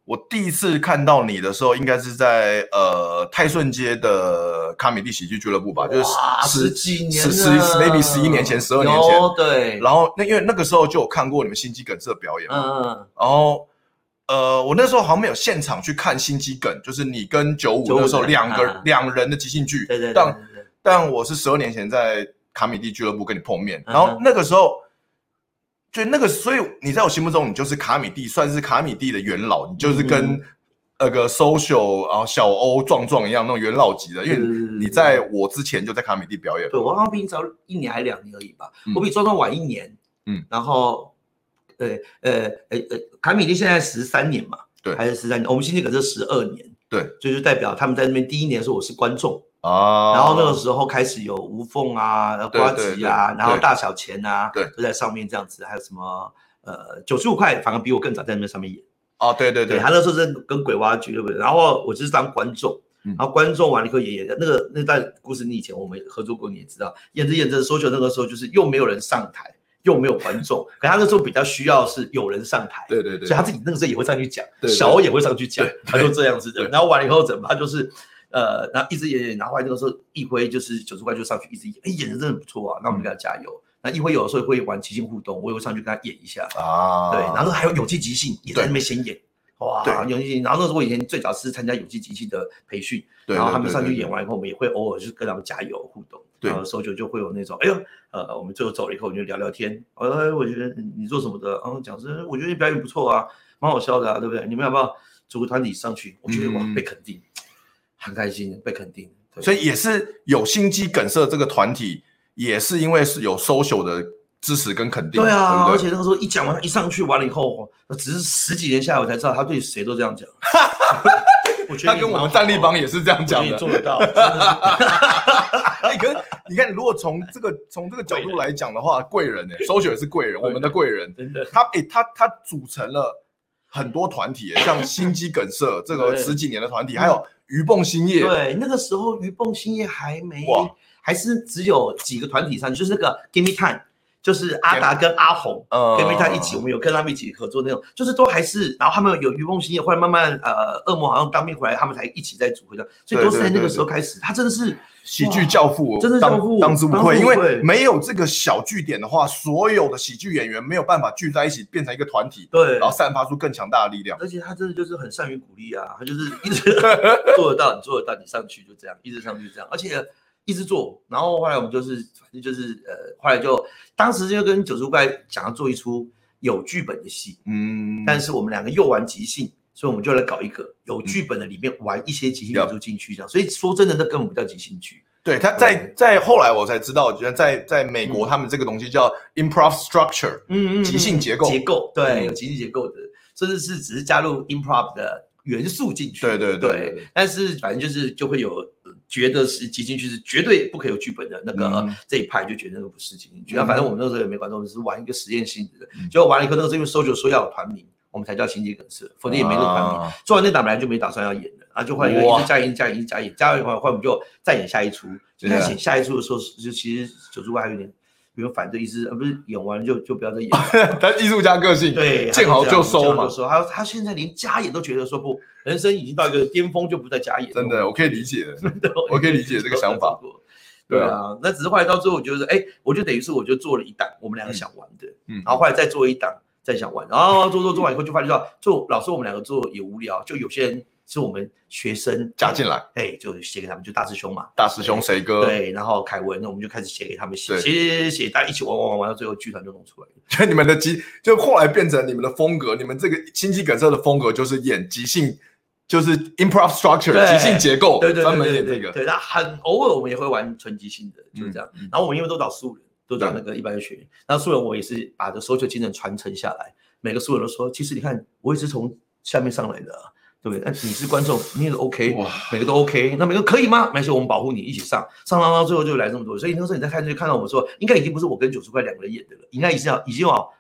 我第一次看到你的时候，应该是在呃泰顺街的卡米蒂喜剧俱乐部吧，就是十几年了， 十十 maybe 十一年前、十二年前， 对。 然后那因为那个时候就有看过你们心肌梗塞表演嘛，嗯嗯，然后呃我那时候好像没有现场去看心肌梗，就是你跟九五那时候两个两人的即兴剧， 对对对， 但但我是十二年前在卡米蒂俱乐部跟你碰面，然后那个时候。就那个，所以你在我心目中，你就是卡米蒂，算是卡米蒂的元老，你就是跟那个 social 然后小欧壮壮一样那种元老级的，因为你在我之前就在卡米蒂表演。 对，我好像比你早一年还两年而已吧，嗯、我比壮壮晚一年。嗯，然后呃呃呃呃，卡米蒂现在十三年嘛， 对， 还是十三年，我们新这个是十二年， 对， 就是代表他们在那边第一年的时候我是观众。哦，然后那个时候开始有吴凤啊、瓜吉啊，然后大小钱啊，对，都在上面这样子，还有什么呃九十五块，反而比我更早在那边上面演。 哦，对对 对, 对，他那时候是跟鬼娃俱乐部，然后我就是当观众，嗯、然后观众完了以后也演那个那段故事，你以前我们合作过，你也知道，演着演着搜球那个时候就是又没有人上台，又没有观众，可他那时候比较需要是有人上台， 对对对， 所以他自己那个时候也会上去讲，小欧也会上去讲，他就这样子的，然后完了以后怎么他就是。呃，然后一直演演，然后后来那个时候一辉就是九十块就上去一直演，哎，演的真的不错啊，那我们给他加油。那一辉有的时候会玩即兴互动，我也会上去跟他演一下啊。对，然后还有有机即兴也在那边先演，哇，有机即兴。然后那时候我以前最早是参加有机即兴的培训，然后他们上去演完以后，我们也会偶尔就是跟他们加油互动。然后搜球就会有那种，哎呦，呃，我们最后走了以后，我们就聊聊天。哎，我觉得你做什么的？然后讲是，我觉得你表演不错啊，蛮好笑的啊，对不对？你们要不要组个团体上去？我觉得哇，被肯定。很开心被肯定， 所以也是有心肌梗塞这个团体，也是因为是有 social 的支持跟肯定。 对啊， 对对， 而且那个时候一讲完，一上去完了以后，只是十几年下来我才知道他对谁都这样讲。 我觉得他跟我们战力帮也是这样讲的， 你做得到。 哎，可是你看，如果从这个从这个角度来讲的话，贵人哎 ，social 也是贵人，我们的贵人，真的，他哎他他组成了很多团体，像心肌梗塞这个十几年的团体，还有。鱼蹦兴业， 对，那个时候鱼蹦兴业还没，还是只有几个团体上，就是那个 Give Me Time， 就是阿达跟阿红、嗯、Give Me Time 一起，我们有跟他们一起合作那种，就是都还是，然后他们有鱼蹦兴业，后来慢慢呃，恶魔好像当兵回来，他们才一起在组合的，所以都是在那个时候开始，他真的是喜剧教父， 真的教父， 当之无愧，因为没有这个小据点的话，所有的喜剧演员没有办法聚在一起变成一个团体， 对， 然后散发出更强大的力量。 而且他真的就是很善于鼓励啊，他就是一直做得到，你做得到，你上去就这样，一直上去这样，而且一直做。然后后来我们就是反正就是呃，后来就当时就跟九十块想要做一出有剧本的戏，嗯，但是我们两个又玩即兴。所以我们就来搞一个有剧本的，里面玩一些即兴元素进去，这样。所以说真的，那根本不叫即兴剧。 对，他在在后来我才知道，觉得在在美国他们这个东西叫 improv structure， 嗯嗯，即兴结构， 结构对，有即兴结构的，甚至是只是加入 improv 的元素进去。 对对 对, 对, 对，但是反正就是就会有觉得是即兴剧是绝对不可以有剧本的那个、嗯、这一派就觉得那个不是即兴剧。嗯、反正我们那时候也没管，我们只是玩一个实验性质的，结果玩了以后，那个时候因为搜救说要有团名。我们才叫心肌梗塞，否则也没那个团名。啊、做完那档本来就没打算要演的，然后就换一个一直加演、加演、加演，加完以后，后来我们就再演下一出。就在演下一出的时候，就其实九十块还有点有点反对意思，而不是演完就就不要再演。 他艺术家个性， 对， 见好就收嘛。 他他现在连加演都觉得说不，人生已经到一个巅峰，就不再加演。 真的，我可以理解的，我可以理解这个想法。 对啊，那只是后来到最后，我觉得，哎，我就等于是我就做了一档我们两个想玩的，嗯，然后后来再做一档。再想玩，然后做做做完以后就发觉到，做老师我们两个做也无聊，就有些人是我们学生加进来， 哎，就写给他们，就大师兄嘛， 大师兄谁哥， 对，然后凯文，那我们就开始写给他们写，写写写，大家一起玩玩玩玩，到最后剧团就弄出来了。 就你们的即，就后来变成你们的风格，你们这个心肌梗塞的风格就是演即兴，就是 improv structure 即兴结构， 对对对， 专门演这个。 对，那很偶尔我们也会玩纯即兴的，就是这样。嗯、然后我们因为都找素人，都找那个一般的学员，那素人我也是把这搜救精神传承下来。每个素人都说，其实你看，我也是从下面上来的、啊，对不对？那你是观众，你也是 OK， 每个都 OK， 那每个可以吗？没事，我们保护你，一起上，上上到最后就来这么多。所以那时候你在看就看到我们说，应该已经不是我跟九十块两个人演的了，应该已经要已经要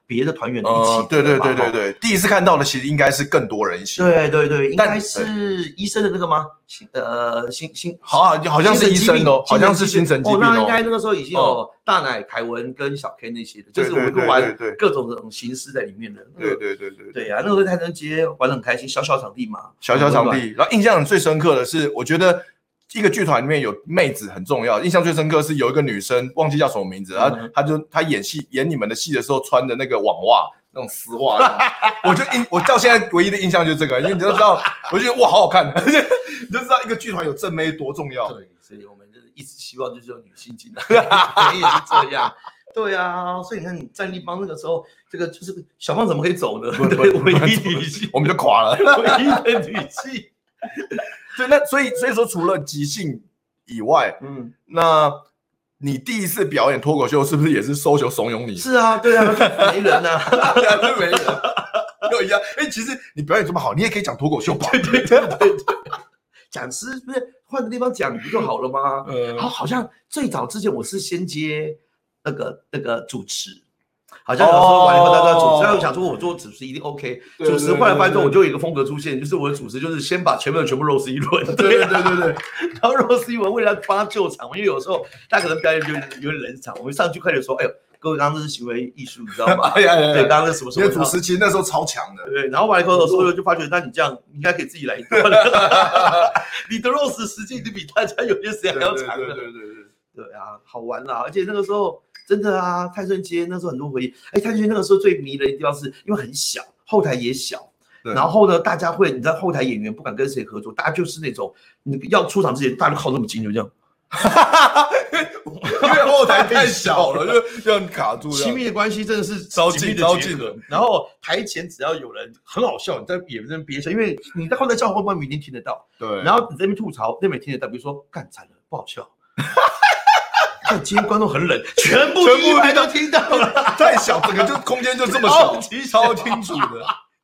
别的团员一起、 呃。对对对对对，第一次看到的其实应该是更多人一起。 对对对，应该是医生的那个吗？呃，新新好啊，好像是医生哦，好像是新神疾病哦。 那应该那个时候已经有大奶、凯文跟小 K 那些的，就是我们会玩各种这种形式在里面的。 对对对对对啊，那个时候泰森街玩得很开心，小小场地嘛， 小小场地。然后印象最深刻的是，我觉得一个剧团里面有妹子很重要。印象最深刻是有一个女生忘记叫什么名字，然后她就她演戏演你们的戏的时候穿的那个网袜。那种丝袜，我就印我到现在唯一的印象就是这个，因为你就知道，我就觉得哇，好好看，你就知道一个剧团有正妹多重要。 对，所以我们就是一直希望就是有女性进来，也是这样。对啊，所以你看你战力帮那个时候，这个就是小胖怎么可以走呢？对，唯一女性， 我们就垮了， 唯一的女性。 对，那所以所以说除了即兴以外，嗯，那。你第一次表演脱口秀是不是也是搜球怂恿你？ 是啊，对啊，没人啊， 对啊，就没人，又一样。哎，其实你表演这么好，你也可以讲脱口秀吧？ 对对对对对，讲师不是换个地方讲不就好了吗？嗯，好，好像最早之前我是先接那个那个主持。好像有时候完了以后，大家主持，我想说我做主持一定 OK。主持后来发现我就有一个风格出现，就是我的主持就是先把前面的全部 roast 一轮， 对对对对对， 然后 roast 一轮，为了帮他救场，因为有时候他可能表演就有点冷场，我们上去快点说，哎呦，各位刚刚这是行为艺术，你知道吗？ 哎呀， 对，刚刚是什么什么？ 因为主持其实那时候超强的， 对。然后完了以后，所有就发觉，那你这样应该可以自己来一段，你的 roast 时间已经比大家有些时间还要长了， 对对对对对， 对啊，好玩啦，而且那个时候。真的啊，泰顺街那时候很多回忆。哎，泰顺街那个时候最迷人的地方是因为很小，后台也小，然后呢，大家会，你知道后台演员不管跟谁合作，大家就是那种你要出场之前，大家都靠那么近，就这样。 因为后台太小了，就这样卡住。 亲密的关系真的是超近超近的。 然后台前只要有人很好笑，你在演这边憋笑，因为你在后台叫后面一定听得到。 对。 然后你在那边吐槽，那边听得到，比如说干惨了，不好笑。看今天观众很冷，全部全部都听到了， 太小，整个就空间就这么小，超清楚的。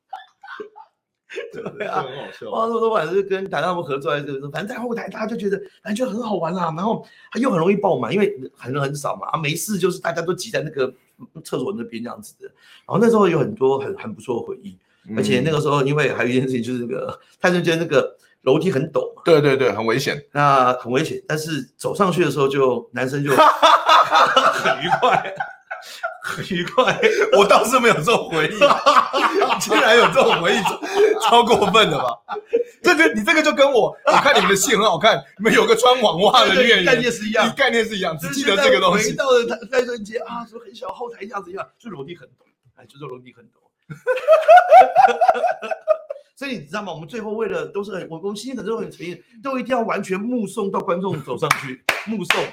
对啊，很好笑。哇，那时候晚上是跟台他们合作在这个，反正在后台大家就觉得，反正就很好玩啦。然后又很容易爆满，因为人很少嘛，啊，没事就是大家都挤在那个厕所那边这样子的。然后那时候有很多很很不错的回忆，嗯、而且那个时候因为还有一件事情就是那个泰顺街那个。楼梯很陡嘛， 对对对，很危险。 那很危险，但是走上去的时候就男生就很愉快，很愉快。 我倒是没有这种回忆，竟然有这种回忆，超过分了吧？这个你这个就跟我，我看你们的戏很好看，你们有个穿网袜的女演员， 概念是一样， 概念是一样，只记得这个东西。 回到了泰顺街啊，说很小后台这样子一样，就楼梯很陡，哎，就是楼梯很陡。所以你知道吗？我们最后为了都是很，我们心里很都很诚意，都一定要完全目送到观众走上去，目送，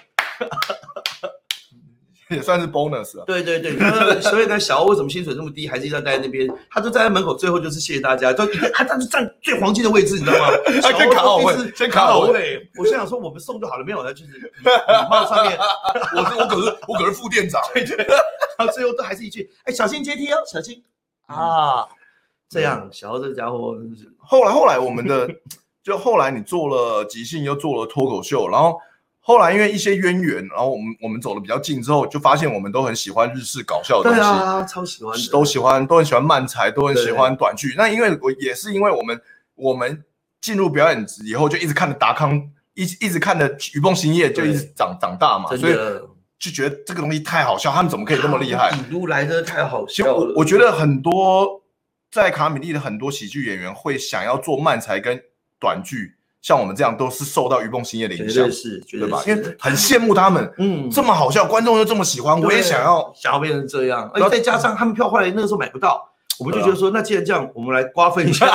也算是 bonus 啊。 对对对，所以呢，小欧为什么薪水这么低，还是一直待在那边？他就站在门口，最后就是谢谢大家，都他他就站最黄金的位置，你知道吗？ 他先卡好位，先卡好位。 我现在想说，我们送就好了，没有了，就是礼貌上面， 我是我可是我可是副店长， 对对。然后最后都还是一句，哎，小心阶梯哦，小心啊。这样，小欧这家伙真是。 后来，后来我们的就后来你做了即兴，又做了脱口秀，然后后来因为一些渊源，然后我们我们走的比较近之后，就发现我们都很喜欢日式搞笑的东西， 对啊，超喜欢的， 都喜欢，都很喜欢漫才，都很喜欢短剧。那因为我也是因为我们我们进入表演以后，就一直看的达康，一一直看的雨崩行业，就一直长长大嘛，所以就觉得这个东西太好笑，他们怎么可以这么厉害？ 引入来的太好笑了。 我我觉得很多。在卡米蒂的很多喜剧演员会想要做漫才跟短剧，像我们这样都是受到鱼蹦兴业的影响， 是， 对吧？因为很羡慕他们，嗯，这么好笑，观众又这么喜欢，我也想要想要变成这样，而且再加上他们票后来那个时候买不到，我们就觉得说，那既然这样，我们来瓜分一下，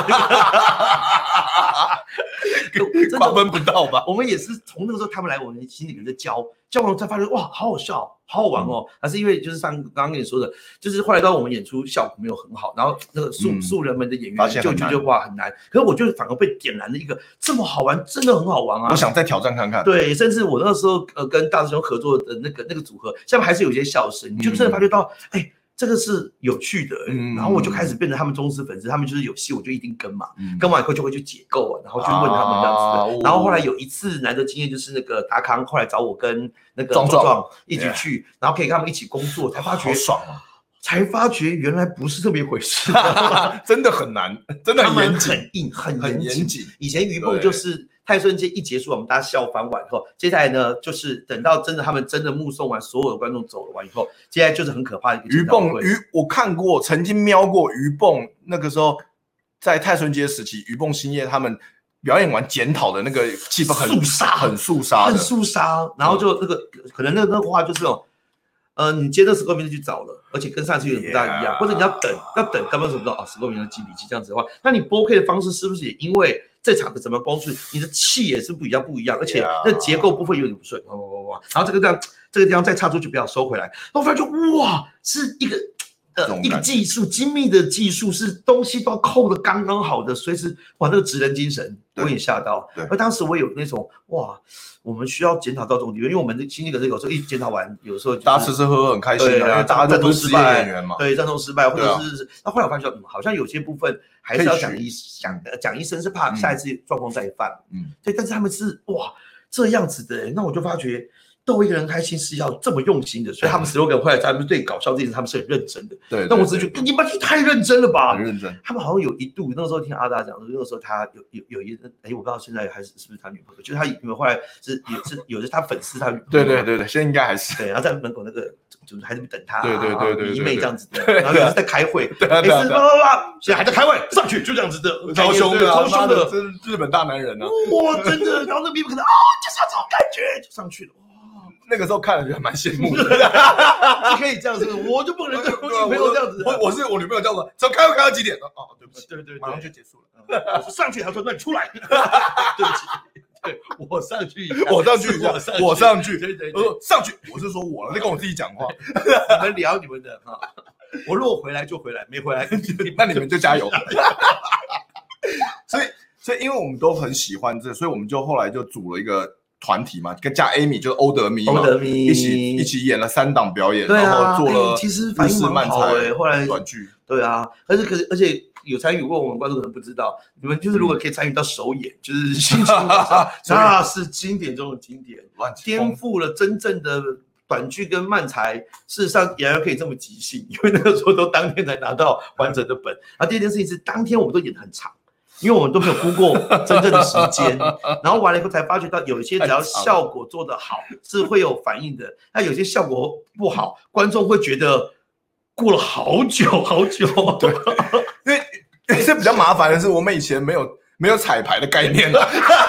瓜分不到吧？ 我们也是从那个时候他们来，我们心里面在教，教完才发现哇，好好笑。好好玩哦，还是因为就是像刚刚跟你说的，就是后来到我们演出效果没有很好，然后那个素、嗯、素人们的演员就觉得哇很难，可是我就反而被点燃了一个这么好玩，真的很好玩啊！ 我想再挑战看看。 对，甚至我那个时候呃跟大师兄合作的那个那个组合，下面还是有些笑声，你就真的发觉到哎。嗯这个是有趣的、欸嗯，然后我就开始变成他们忠实粉丝，他们就是有戏我就一定跟嘛，嗯、跟完以后就会去解构啊，然后去问他们这样子的、啊。然后后来有一次难得经验就是那个达康后来找我跟那个壮壮一起去，然后可以跟他们一起工作，才发觉好爽啊！ 才发觉原来不是这么一回事， 真的很难，真的很严谨， 很硬，很很严严谨。 以前鱼蹦就是泰顺街一结束，我们大家笑翻完以后，接下来呢就是等到真的他们真的目送完所有的观众走了完以后，接下来就是很可怕的一个鱼蹦鱼，我看过，曾经瞄过鱼蹦，那个时候在泰顺街时期，鱼蹦兴业他们表演完检讨的那个气氛很肃杀， 很肃杀， 很肃杀，然后就那个、嗯、可能那那话就是哦。呃，你接着十公名就去找了，而且跟上次有点不大一样， yeah. 或者你要等，要等，根本什么都啊，十公名的记笔记这样子的话，那你播 K 的方式是不是也因为这场的怎么播出，你的气也是不一样不一样，而且那结构部分有点不顺，哇哇哇，然后这个这样这个地方再插出去不要收回来，然后发现哇，是一个呃一个技术精密的技术，是东西都要扣的刚刚好的，随时哇那个职人精神，我也吓到，而当时我有那种哇。我们需要检讨到这种地方，因为我们的新这个有时候一检讨完，有时候、就是、 大家吃吃喝喝很开心、啊，因为大家都是职业演员嘛， 对，战斗失败，或者是那、啊、后来我发现、嗯，好像有些部分还是要讲一讲讲一声，是怕下一次状况再犯，嗯，对，但是他们是哇这样子的，那我就发觉。逗一个人开心是要这么用心的，所以他们十六个人后来他们对搞笑这件事他们是很认真的。对，但我只是觉得你们太认真了吧， 很认真。他们好像有一度那个时候听阿达讲，那个时候他有有有一哎，我不知道现在还是是不是他女朋友，就是他女朋友后来是也是有的他粉丝他女朋友。 对对对对，现在应该还是。 对，然后在门口那个就是还在等他， 对对对对， 迷妹这样子的，然后有时在开会， 对对对， 叭叭叭，现在还在开会，上去就这样子的， 超凶的， 超凶的， 这是日本大男人啊！ 哇，真的，然后那迷妹可能啊，就是要这种感觉，就上去了。 那个时候看了觉得蛮羡慕的， 你可以这样子，我就不能对我女朋友这样子。 我我是我女朋友这样子，只要开会开到几点？哦，对不起， 对对， 马上就结束了。我上去，他说：“那你出来。”对不起，对我上去， 我上去一下，我上去， 对对， 我说上去，我是说我了，在跟我自己讲话。 你们聊你们的哈，我如果回来就回来，没回来那你们就加油。所以所以因为我们都很喜欢这，所以我们就后来就组了一个。团体嘛，跟加 Amy 就是欧德咪嘛， 欧德咪一起一起演了三档表演， 对啊、 然后做了其实反应蛮好哎、欸，后来短剧， 对啊，而且可是而且有参与过，我们观众可能不知道，你们就是如果可以参与到首演，就是新出那是经典中的经典，颠覆了真正的短剧跟漫才，事实上也可以这么即兴，因为那个时候都当天才拿到完整的本，然后第二件事情是当天我们都演得很长。因为我们都没有估过真正的时间，然后完了以后才发觉到有一些只要效果做得好是会有反应的，那有些效果不好，观众会觉得过了好久好久。 对，因为因为这比较麻烦的是，我们以前没有没有彩排的概念了。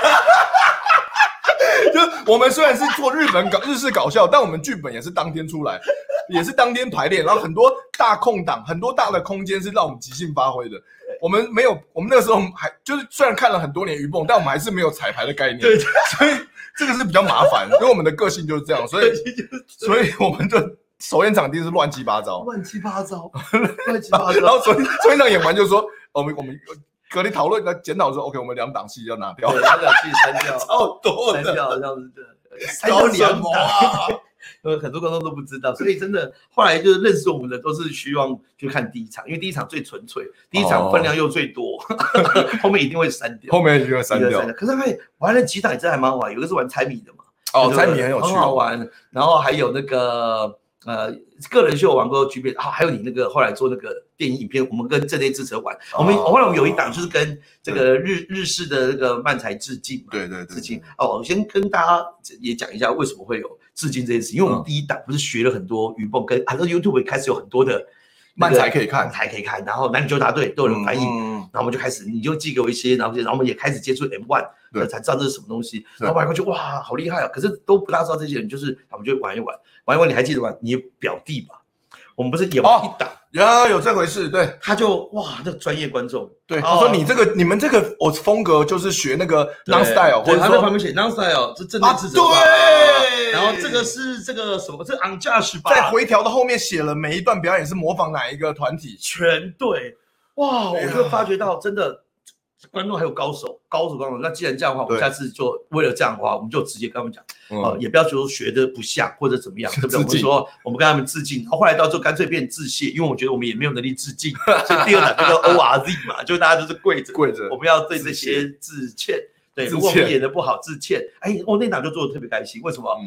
就我们虽然是做日本搞日式搞笑，但我们剧本也是当天出来，也是当天排练，然后很多大空档，很多大的空间是让我们即兴发挥的。我们没有，我们那个时候还就是虽然看了很多年鱼蹦，但我们还是没有彩排的概念， 对， 所以这个是比较麻烦，因为我们的个性就是这样，所以所以我们就首演场地是乱七八糟， 乱七八糟，乱七八糟。 然后首演首演场演完就说，我们我们隔天讨论检讨说 ，OK， 我们两档戏要拿掉， 两档戏删掉， 超多的， 删掉这样子的，搞两档。呃，很多观众都不知道，所以真的后来就是认识我们的都是希望去看第一场，因为第一场最纯粹，第一场分量又最多，哦、后面一定会删掉， 后面一定会删掉。 可是还玩了几场，也真还蛮好玩，有个是玩猜谜的嘛， 哦，猜谜很有趣， 很好玩。然后还有那个呃个人秀我玩过 G B， 啊，还有你那个后来做那个电影影片，我们跟正内智者玩，哦、我们后来我们有一档就是跟这个日日式的那个漫才致敬嘛， 对对对， 致敬。哦，我先跟大家也讲一下为什么会有。致敬这件事，因为我们第一档不是学了很多鱼蹦，跟很多 YouTube 开始有很多的漫才可以看， 漫才可以看，然后男女纠察队都有人翻译，嗯、然后我们就开始，你就寄给我一些，然后然后我们也开始接触 M 一，才知道这是什么东西，然后玩过去哇，好厉害啊！可是都不大知道这些人，就是我们就玩一玩，玩一玩，你还记得吗？你表弟吧？我们不是演完一档， 呀，有这回事，对， 他就哇，那个专业观众， 对，他说你这个你们这个我风格就是学那个 non style， 或者他在旁边写 non style， 这正面智者吧，对，然后这个是这个什么，这 on judge 吧， 在回调的后面写了每一段表演是模仿哪一个团体， 全对，哇，我就发觉到真的。观众还有高手，高手高手。那既然这样的话，我们下次就为了这样的话，我们就直接跟他们讲，嗯呃、也不要说学的不像或者怎么样，对不对？我们说我们跟他们致敬，然后后来到最后干脆变致谢，因为我觉得我们也没有能力致敬，所以第二档叫做 O R Z 嘛，就大家都是跪着跪着， 我们要对这些致歉。对，如果我们演的不好致歉，哎，我那档就做的特别开心，为什么？嗯、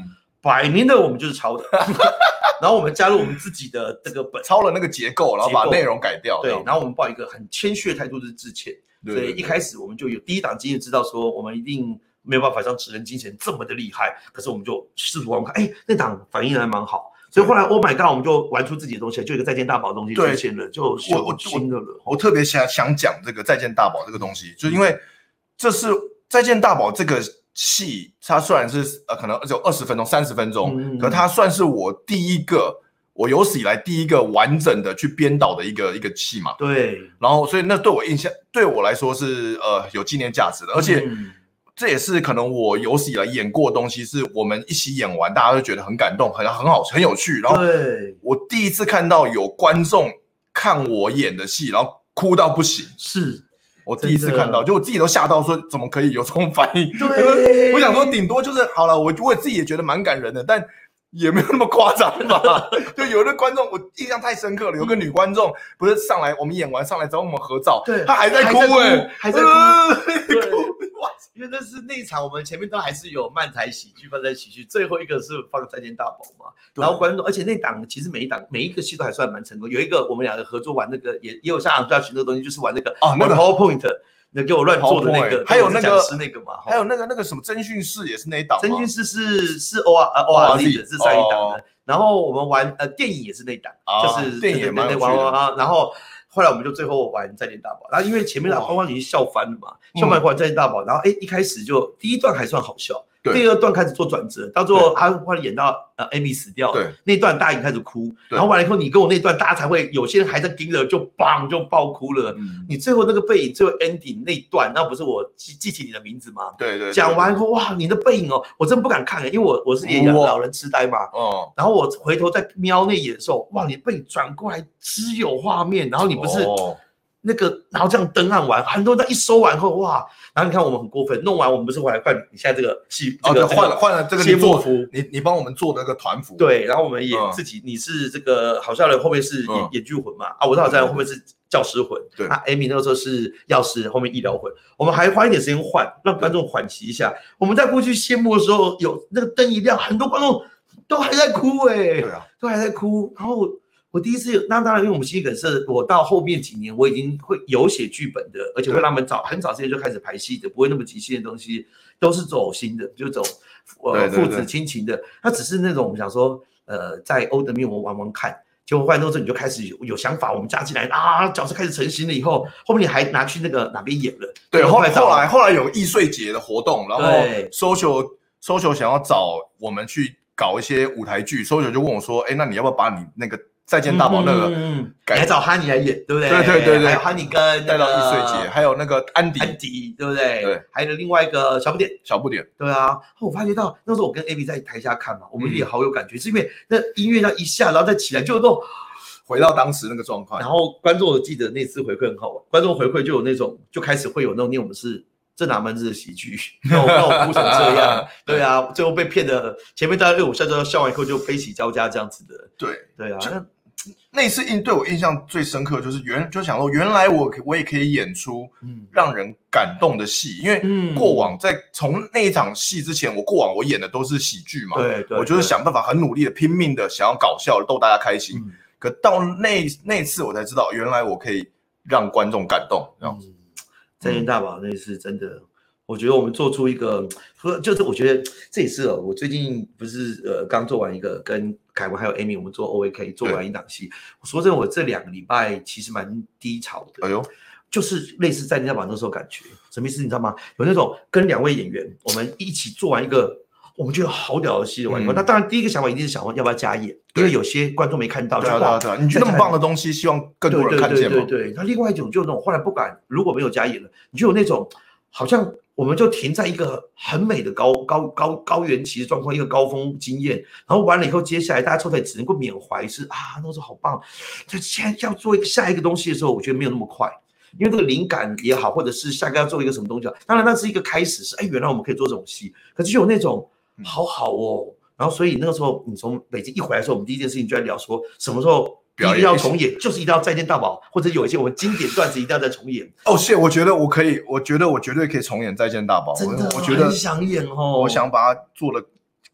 摆明的我们就是抄的，然后我们加入我们自己的这个本， 抄了那个结构，然后把内容改掉。 对，然后我们抱一个很谦虚的态度，就是致歉。所以一开始我们就有第一档经验，知道说我们一定没有办法像职人精神这么的厉害，可是我们就试图玩看，哎，那档反应还蛮好。所以后来 ，Oh my God， 我们就玩出自己的东西，就一个再见大宝的东西出现了，就有新的了。 我特别想想讲这个再见大宝这个东西，就因为这是再见大宝这个戏，它虽然是呃可能只有二十分钟、三十分钟，嗯、可它算是我第一个我有史以来第一个完整的去编导的一个一个戏嘛。 对。 然后，所以那对我印象，对我来说是呃有纪念价值的，而且。嗯这也是可能我有史以来演过的东西，是我们一起演完，大家都觉得很感动，很很好，很有趣。然后我第一次看到有观众看我演的戏，然后哭到不行， 是我第一次看到，就我自己都吓到，说怎么可以有这种反应？ 对， 我想说顶多就是好了，我我自己也觉得蛮感人的，但也没有那么夸张吧。就有的观众我印象太深刻了，有个女观众不是上来，我们演完上来找我们合照， 对， 她还在哭哎、欸， 还在哭，还在哭。哇！因为那是那一场，我们前面都还是有漫才喜剧、漫才喜剧，最后一个是放再见大宝嘛。然后观众，而且那档其实每一档每一个戏都还算蛮成功。有一个我们两个合作玩那个，也也有像抓群那个东西，就是玩那个哦，那个 PowerPoint， 那给我乱做的那个， 还有那个是那个嘛， 还有那个那个什么侦讯室也是那一档， 侦讯室是是 O R O R Z 的，是上一档的。然后我们玩呃电影也是那档，就是电影也蛮有趣的。 然后。后来我们就最后玩再见大宝，然后因为前面的花花已经笑翻了嘛，笑翻玩再见大宝，然后哎一开始就第一段还算好笑，第二段开始做转折，到最后他后来演到呃 Amy 死掉了，那段大家已经开始哭，然后完了以后你跟我那段大家才会有些人还在盯着就砰就爆哭了，嗯、你最后那个背影最后 ending 那段，那不是我记记起你的名字吗？ 对 对, 对， 讲完后哇你的背影哦，我真不敢看、欸，因为我我是也有老人痴呆嘛，哦，然后我回头再瞄那眼的时候，哇你背影转过来只有画面，然后你不是。哦那个，然后这样登岸完，很多人一收完后，哇！然后你看我们很过分，弄完我们不是回来换你现在这个戏， 哦， 这个换了换了这个谢幕服， 你你帮我们做的那个团服， 对，然后我们也自己，你是这个好笑人，后面是演演剧魂嘛，啊，我是好笑人，后面是教师魂，对，啊 ，Amy 那个时候是药师，后面医疗魂，我们还花一点时间换，让观众缓息一下。我们在过去谢幕的时候，有那个灯一亮，很多观众都还在哭，哎， 对啊， 都还在哭，然后。我第一次，那当然，因为我们戏剧梗是，我到后面几年我已经会有写剧本的，而且会让他们早很早之前就开始排戏的，不会那么极限的东西，都是走心的，就走呃父子亲情的。它只是那种我们想说，呃，在欧德面我们玩玩看，结果换之后你就开始有有想法，我们加进来啊，角色开始成型了以后，后面你还拿去那个哪边演了？ 对，后来后来后来有易碎节的活动，然后 social social 想要找我们去搞一些舞台剧 ，social 就问我说，哎，那你要不要把你那个再见大宝那个， 嗯，你还找哈尼来演，对不对？ 对对对对， 还有哈尼跟带到易碎节，还有那个安迪， 安迪，对不对？ 对， 还有另外一个小不点， 小不点， 对啊。我发觉到那时候我跟 A B 在台下看嘛，我们也好有感觉，是因为那音乐那一下，然后再起来就有那种回到当时那个状况。 然后观众我记得那次回馈很好玩，观众回馈就有那种就开始会有那种念我们是。这哪门子的喜剧？让我让我哭成这样，对啊，最后被骗的，前面大概六五下就笑完以后就悲喜交加这样子的， 对对啊。 那那次印对我印象最深刻就是原就想说，原来我我也可以演出让人感动的戏，因为过往在从那一场戏之前，我过往我演的都是喜剧嘛， 对对， 我就是想办法很努力的拼命的想要搞笑逗大家开心，嗯、可到那那次我才知道，原来我可以让观众感动，这样子。 再见大宝那是真的，我觉得我们做出一个，就是我觉得这也是哦，我最近不是呃刚做完一个跟凯文还有 Amy 我们做 O A K 做完一档戏，我说真的，我这两个礼拜其实蛮低潮的，哎呦，就是类似再见大宝那时候感觉，什么意思你知道吗？有那种跟两位演员我们一起做完一个。我们觉得好屌的戏的完以后，那、嗯、当然第一个想法一定是想要不要加演，因为有些观众没看到。 对啊对啊对啊！你觉得那么棒的东西，希望更多人看见嘛？ 对对对对。那另外一种就那种后来不敢，如果没有加演了，你就有那种好像我们就停在一个很美的高高高高原期的状况，一个高峰经验，然后完了以后，接下来大家出来只能够缅怀是啊，那时候好棒。就现在要做一个下一个东西的时候，我觉得没有那么快。因为这个灵感也好，或者是下个要做一个什么东西，当然那是一个开始，是哎，原来我们可以做这种戏，可是就有那种。好好哦，然后所以那个时候你从北京一回来的时候，我们第一件事情就在聊说什么时候一定要重演，就是一定要再见大宝，或者有一些我们经典段子一定要再重演。 哦，谢，我觉得我可以，我觉得我绝对可以重演再见大宝。 真的， 我觉得很想演哦， 我想把它做的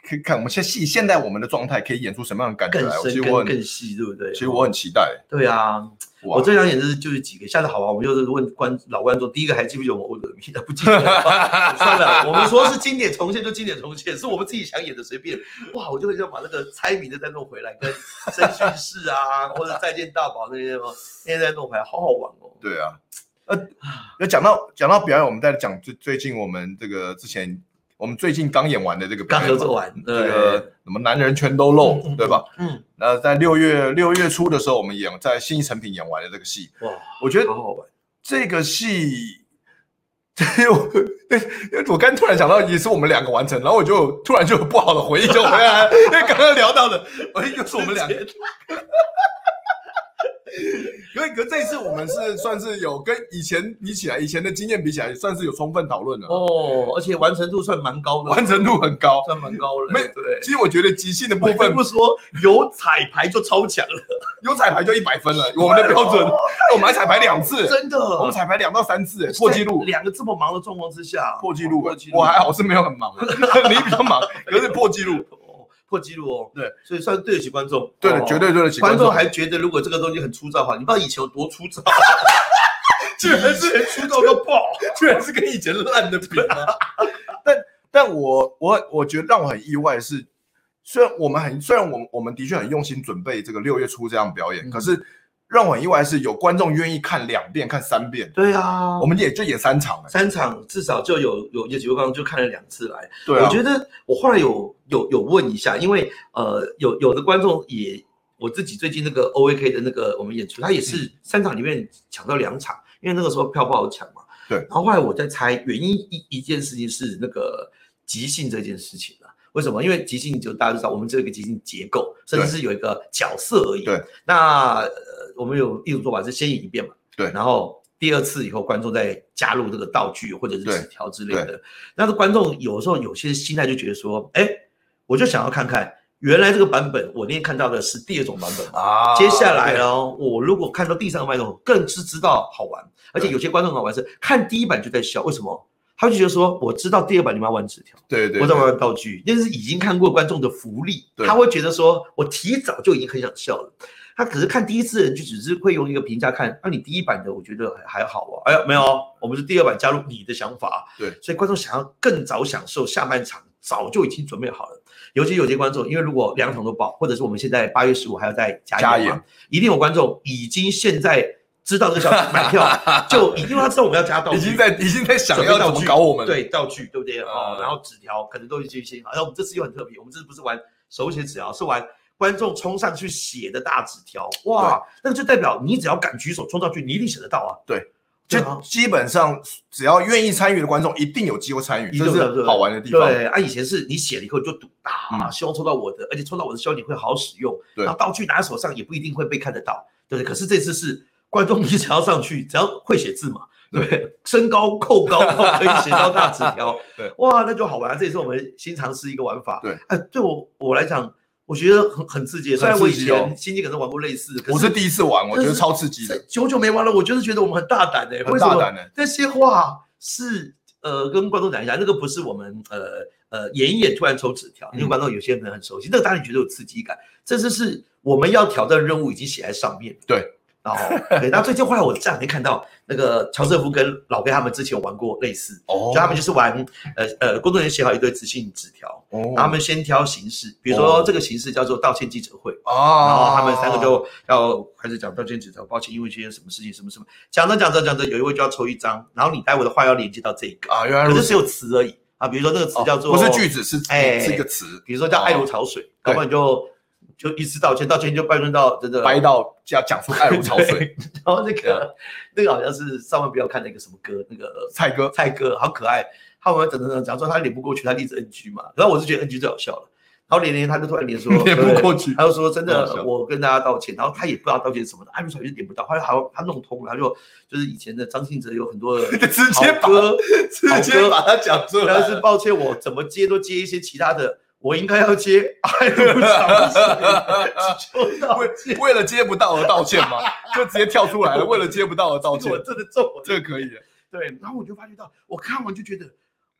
可以看我们现戏现在我们的状态可以演出什么样的感觉来？ 更深更更细，对不对？ 其实我很期待。 对啊。我最想演的就是几个，下次好玩，我们就是问观老观众，第一个还记不记得我们不记得算了，我们说是经典重现就经典重现，是我们自己想演的随便。哇，我就会想把那个猜谜的再弄回来，跟侦讯室啊，或者再见大宝那些那些再弄回来，好好玩哦。 对啊，呃，讲到讲到表演，我们在讲最最近我们这个之前。我们最近刚演完的这个刚合作完， 这个什么男人全都露， 嗯、 对吧？ 嗯， 那在六月六月初的时候，我们演在信义成品演完的这个戏， 哇， 我觉得好好玩。 这个戏，我我刚突然想到，也是我们两个完成，然后我就突然就有不好的回忆就回来了，因为刚刚聊到的，哎，又是我们两个。因为可这一次我们是算是有跟以前比起来，以前的经验比起来，算是有充分讨论了哦，而且完成度算蛮高的， 完成度很高， 算蛮高的。 没对， 其实我觉得即兴的部分， 不说有彩排就超强了， 有彩排就一百分了，我们的标准，我们还彩排两次， 真的， 我们彩排两到三次，破纪录。 两个这么忙的状况之下， 破纪录，我还好是没有很忙，你比较忙，可是破纪录。 破纪录哦， 对， 所以算对得起观众， 对的，哦、绝对对得起观众。观众还觉得如果这个东西很粗糙的话，你不知道以前有多粗糙，居然是粗糙到爆， 居然是跟以前烂的比吗？但但我我我觉得让我很意外的是，虽然我们很虽然我们我们的确很用心准备这个六月初这样表演，嗯、可是让我很意外的是有观众愿意看两遍、看三遍。 对啊， 我们也就演三场， 三场至少就有有有几位观众就看了两次来。 对啊， 我觉得我后来有有有问一下，因为呃有有的观众也，我自己最近那个 O A K 的那个我们演出，他也是三场里面抢到两场，因为那个时候票不好抢嘛。 对， 然后后来我在猜原因一一件事情是那个即兴这件事情了。为什么？因为即兴就大家都知道，我们这个即兴结构，甚至是有一个角色而已。 对， 那、呃、我们有一种做法是先演一遍嘛， 对， 然后第二次以后观众再加入这个道具或者是纸条之类的。那这观众有时候有些心态就觉得说，哎，我就想要看看原来这个版本我那天看到的是第二种版本啊，接下来呢，我如果看到第三个版本，更是知道好玩。而且有些观众好玩是看第一版就在笑，为什么？他就觉得说，我知道第二版你们要玩纸条， 对 对, 對， 我在玩道具，那是已经看过观众的福利，他会觉得说，我提早就已经很想笑了。他可是看第一次的人就只是会用一个评价看，那、啊、你第一版的我觉得还好啊，哎呀没有，我们是第二版加入你的想法， 对， 所以观众想要更早享受下半场，早就已经准备好了。尤其有些观众，因为如果两场都报，或者是我们现在八月十五还要再加演嘛，一定有观众已经现在。知道这个小买票，就一定要知道我们要加道具， 已经在已经在想要怎么搞我们， 对道具对不对？哦，然后纸条可能都已经先好。然后我们这次又很特别，我们这次不是玩手写纸条，是玩观众冲上去写的大纸条。哇，那个就代表你只要敢举手冲上去，你一定写得到啊。 对，就基本上只要愿意参与的观众，一定有机会参与，这是好玩的地方。 对啊，以前是你写了以后就赌啊，希望抽到我的，而且抽到我的希望你会好好使用。然后道具拿在手上也不一定会被看得到，对不对？可是这次是。观众你只要上去，只要会写字嘛，对不对？身高够高可以写到大纸条， 对， 哇，那就好玩。这也是我们新尝试一个玩法。 对， 哎，对我我来讲，我觉得很很刺激。虽然我以前新进可能玩过类似， 我是第一次玩，我觉得超刺激的。 久久没玩了，我就是觉得我们很大胆哎， 很大胆的。 那些话是呃，跟观众讲一下，那个不是我们呃呃演一演突然抽纸条，因为观众有些人可能很熟悉，那个当然觉得有刺激感。这次是我们要挑战的任务已经写在上面。 对。 然后，对，那最近后来我这两天看到那个乔瑟夫跟老贝他们之前有玩过类似，哦，就他们就是玩，呃呃，工作人员写好一堆纸信纸条，哦，然后他们先挑形式，比如说这个形式叫做道歉记者会，哦，然后他们三个就要开始讲道歉纸条，抱歉因为今天什么事情什么什么，讲着讲着讲着，有一位就要抽一张，然后你待会的话要连接到这个啊，原来可是只有词而已啊，比如说那个词叫做、 哦、不是句子是哎是一个词， 比如说叫爱如潮水，要不然你就。就一次道歉，道歉就掰论到真的掰到要讲出爱如潮水， 然后那个那个好像是上万不要看那个什么歌，那个蔡哥， 蔡哥好可爱，他们等等等讲说他连不过去，他一直 N G 嘛，然后我是觉得 N G 最好笑了，然后连连他就突然连说连不过去， 他就说真的我跟大家道歉，然后他也不知道道歉什么的，爱如潮水就连不到，后来好他弄通了，他就就是以前的张信哲有很多的直接把直接把他讲出来， 但是抱歉我怎么接都接一些其他的。我应该要接爱如潮水，为为了接不到而道歉吗？就直接跳出来了，为了接不到而道歉， 我真的中， 这个可以的。 对，然后我就发觉到，我看完就觉得，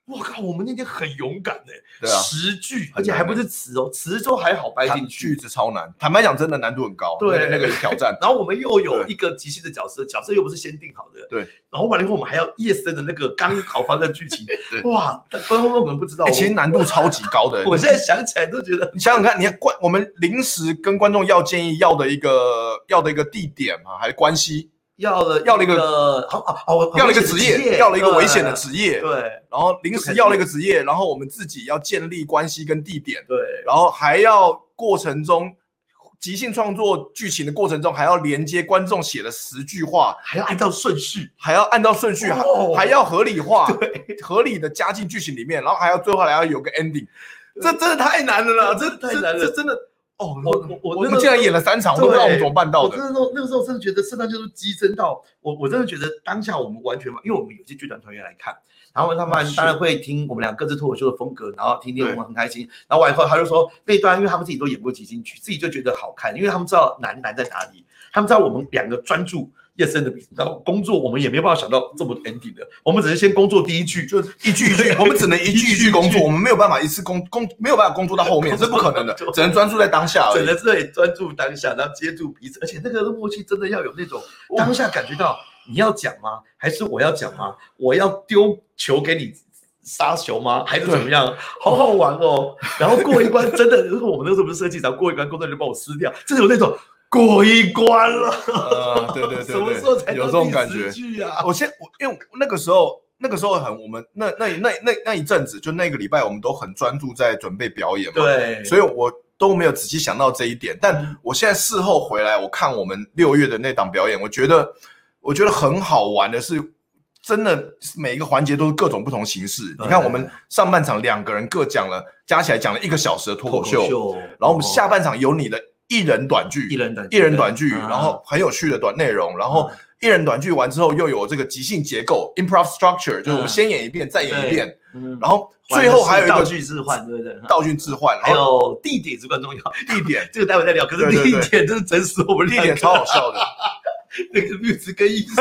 我靠，我们那天很勇敢哎、欸， 对啊， 十句，而且还不是词哦，词都还好掰进去， 句子超难。坦白讲，真的难度很高， 对那个挑战。 然后我们又有一个即兴的角色，角色又不是先定好的， 对。 然后完了以后，我们还要夜深的那个刚好发生的剧情，哇，观众可能不知道、 欸，其实难度超级高的。 我现在想起来都觉得， 你想想看，你看观我们临时跟观众要建议要的一个要的一个地点嘛，还是关系？ 要了要了一个哦哦， 要了一个职业，要了一个危险的职业， 对， 然后临时要了一个职业，然后我们自己要建立关系跟地点， 对， 然后还要过程中即兴创作剧情的过程中，还要连接观众写的十句话， 还要按照顺序， 还要按照顺序， 哦、 还要合理化， 对， 合理的加进剧情里面，然后还要最后还要有个 ending， 这真的太难了啦，这太难了， 这真的。哦， 我我我我们竟然演了三场，我都不知道我们怎么办到的。 我真的那个时候真的觉得圣诞就是激增到我，我真的觉得当下我们完全，因为我们有些剧团团员来看，然后他们当然会听我们俩各自脱口秀的风格，然后听听我们很开心。然后完以后他就说那段，因为他们自己都演过即兴剧，自己就觉得好看，因为他们知道难难在哪里，他们知道我们两个专注。夜深的比，然后工作我们也没有办法想到这么 ending 的，我们只是先工作第一句， 就一句一句，我们只能一句一句工作，我们没有办法一次工工没有办法工作到后面，这不可能的，只能专注在当下而已， 只能这里专注当下，然后接住彼此，而且那个默契真的要有那种当下感觉到你要讲吗？还是我要讲吗？我要丢球给你杀球吗？还是怎么样？好好玩哦！然后过一关真的，如果我们那时候不是设计长，过一关工作人员帮我撕掉，真的有那种。过一关了， 呃，对对对对， 什么时候才有这种感觉啊？ 我先我因为那个时候那个时候很我们那那那那那一阵子，就那个礼拜我们都很专注在准备表演嘛， 对， 所以我都没有仔细想到这一点。但我现在事后回来，我看我们六月的那档表演，我觉得我觉得很好玩的是，真的每一个环节都是各种不同形式。你看我们上半场两个人各讲了，加起来讲了一个小时的脱口秀， 秀然后我们下半场有你的。一人短剧， 一人短剧，一人短剧，然后很有趣的短内容，然后一人短剧完之后又有这个即兴结构 （improv structure），就是我们先演一遍，再演一遍，然后最后还有一个道具置换，对不对？ 道具置换， 还有地点是更重要， 地点这个待会再聊。可是地点真是整死我们， 地点超好笑的， 那个律师跟医师，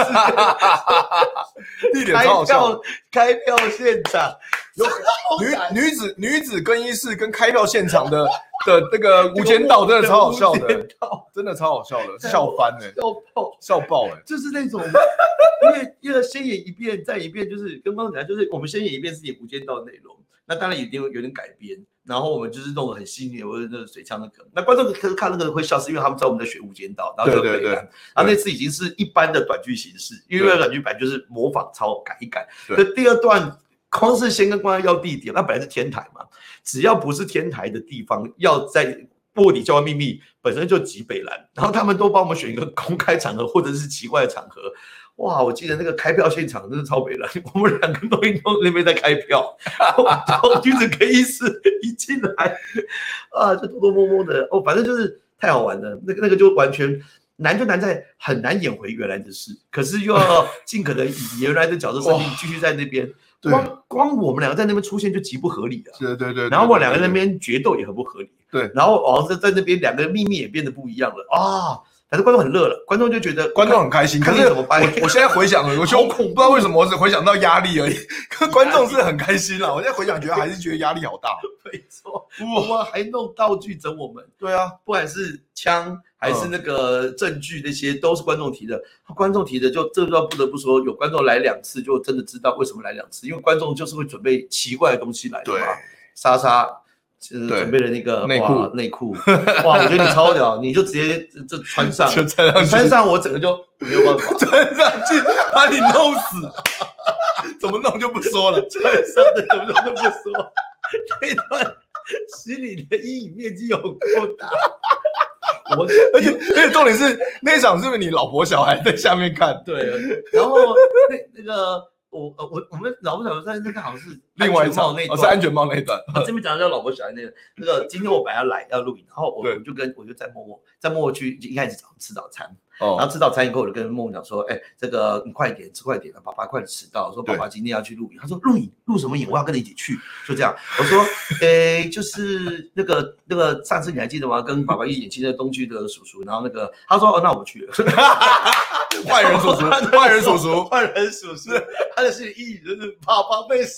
地点超好笑， 开票现场有女女子女子更衣室跟开票现场的。的那个无间道真的超好笑的，真的超好笑的，笑翻哎、欸， 笑爆笑爆哎、欸， 就是那种，因为因为先演一遍再一遍，就是跟刚刚讲，就是我们先演一遍是演无间道的内容，那当然一定有点改编，然后我们就是弄得很细腻，或者那个水枪的梗，那观众可是看那个会笑，是因为他们知道我们在学无间道，然后就北蓝，然后那次已经是一般的短剧形式，因为短剧版就是模仿抄改一改，可第二段。光是先跟观众要地点，那本来是天台嘛，只要不是天台的地方，要在卧底交换秘密，本身就极北蓝，然后他们都帮我们选一个公开场合或者是奇怪的场合。哇，我记得那个开票现场真的超北蓝，我们两个都一都那边在开票，然后橘子跟医师一进来，啊，就偷偷摸摸的，哦，反正就是太好玩了，那个那个就完全。难就难在很难演回原来的事，可是又要尽可能以原来的角色设定继续在那边。光光我们两个在那边出现就极不合理了。 对对对。 然后我两个在那边决斗也很不合理。 对。 然后好像在那边两个秘密也变得不一样了啊！反正观众很乐了，观众就觉得观众很开心。可是我我现在回想，我就不知道为什么我只回想到压力而已。观众是很开心啦，我现在回想觉得还是觉得压力好大。 没错，我们还弄道具整我们。 对啊， 不管是枪。还是那个证据，那些都是观众提的。观众提的就这就不得不说，有观众来两次，就真的知道为什么来两次，因为观众就是会准备奇怪的东西来的嘛。莎莎呃准备了那个内裤， 内裤，哇，我觉得你超屌，你就直接这穿上， 就穿上， 穿上我整个就没有办法穿上去，把你弄死，怎么弄就不说了， 穿上的怎么弄就不说，那段心里的阴影面积有够大。 我而且而且重点是那场是不是你老婆小孩在下面看？ 对，然后那那个我我我们老婆小孩在那个好像是另外一场那段，哦，是安全帽那一段。 我这边讲的叫老婆小孩那个那个，今天我本来要来要录影，然后我我就跟我就在默默在默默去一开始早上吃早餐。哦、然后吃早餐以后，我就跟默默讲说：“哎、欸，这个你快点吃快点了，爸爸快点迟到。”我说：“爸爸今天要去录影。”他说：“录影录什么影？我要跟你一起去。”就这样，我说：“哎、欸，就是那个那个上次你还记得吗？跟爸爸一起演戏的东区的叔叔。”然后那个他说：“哦，那我们去了。” 坏人叔叔，坏人叔叔， 坏人叔叔，他的心理阴影就是爸爸被杀掉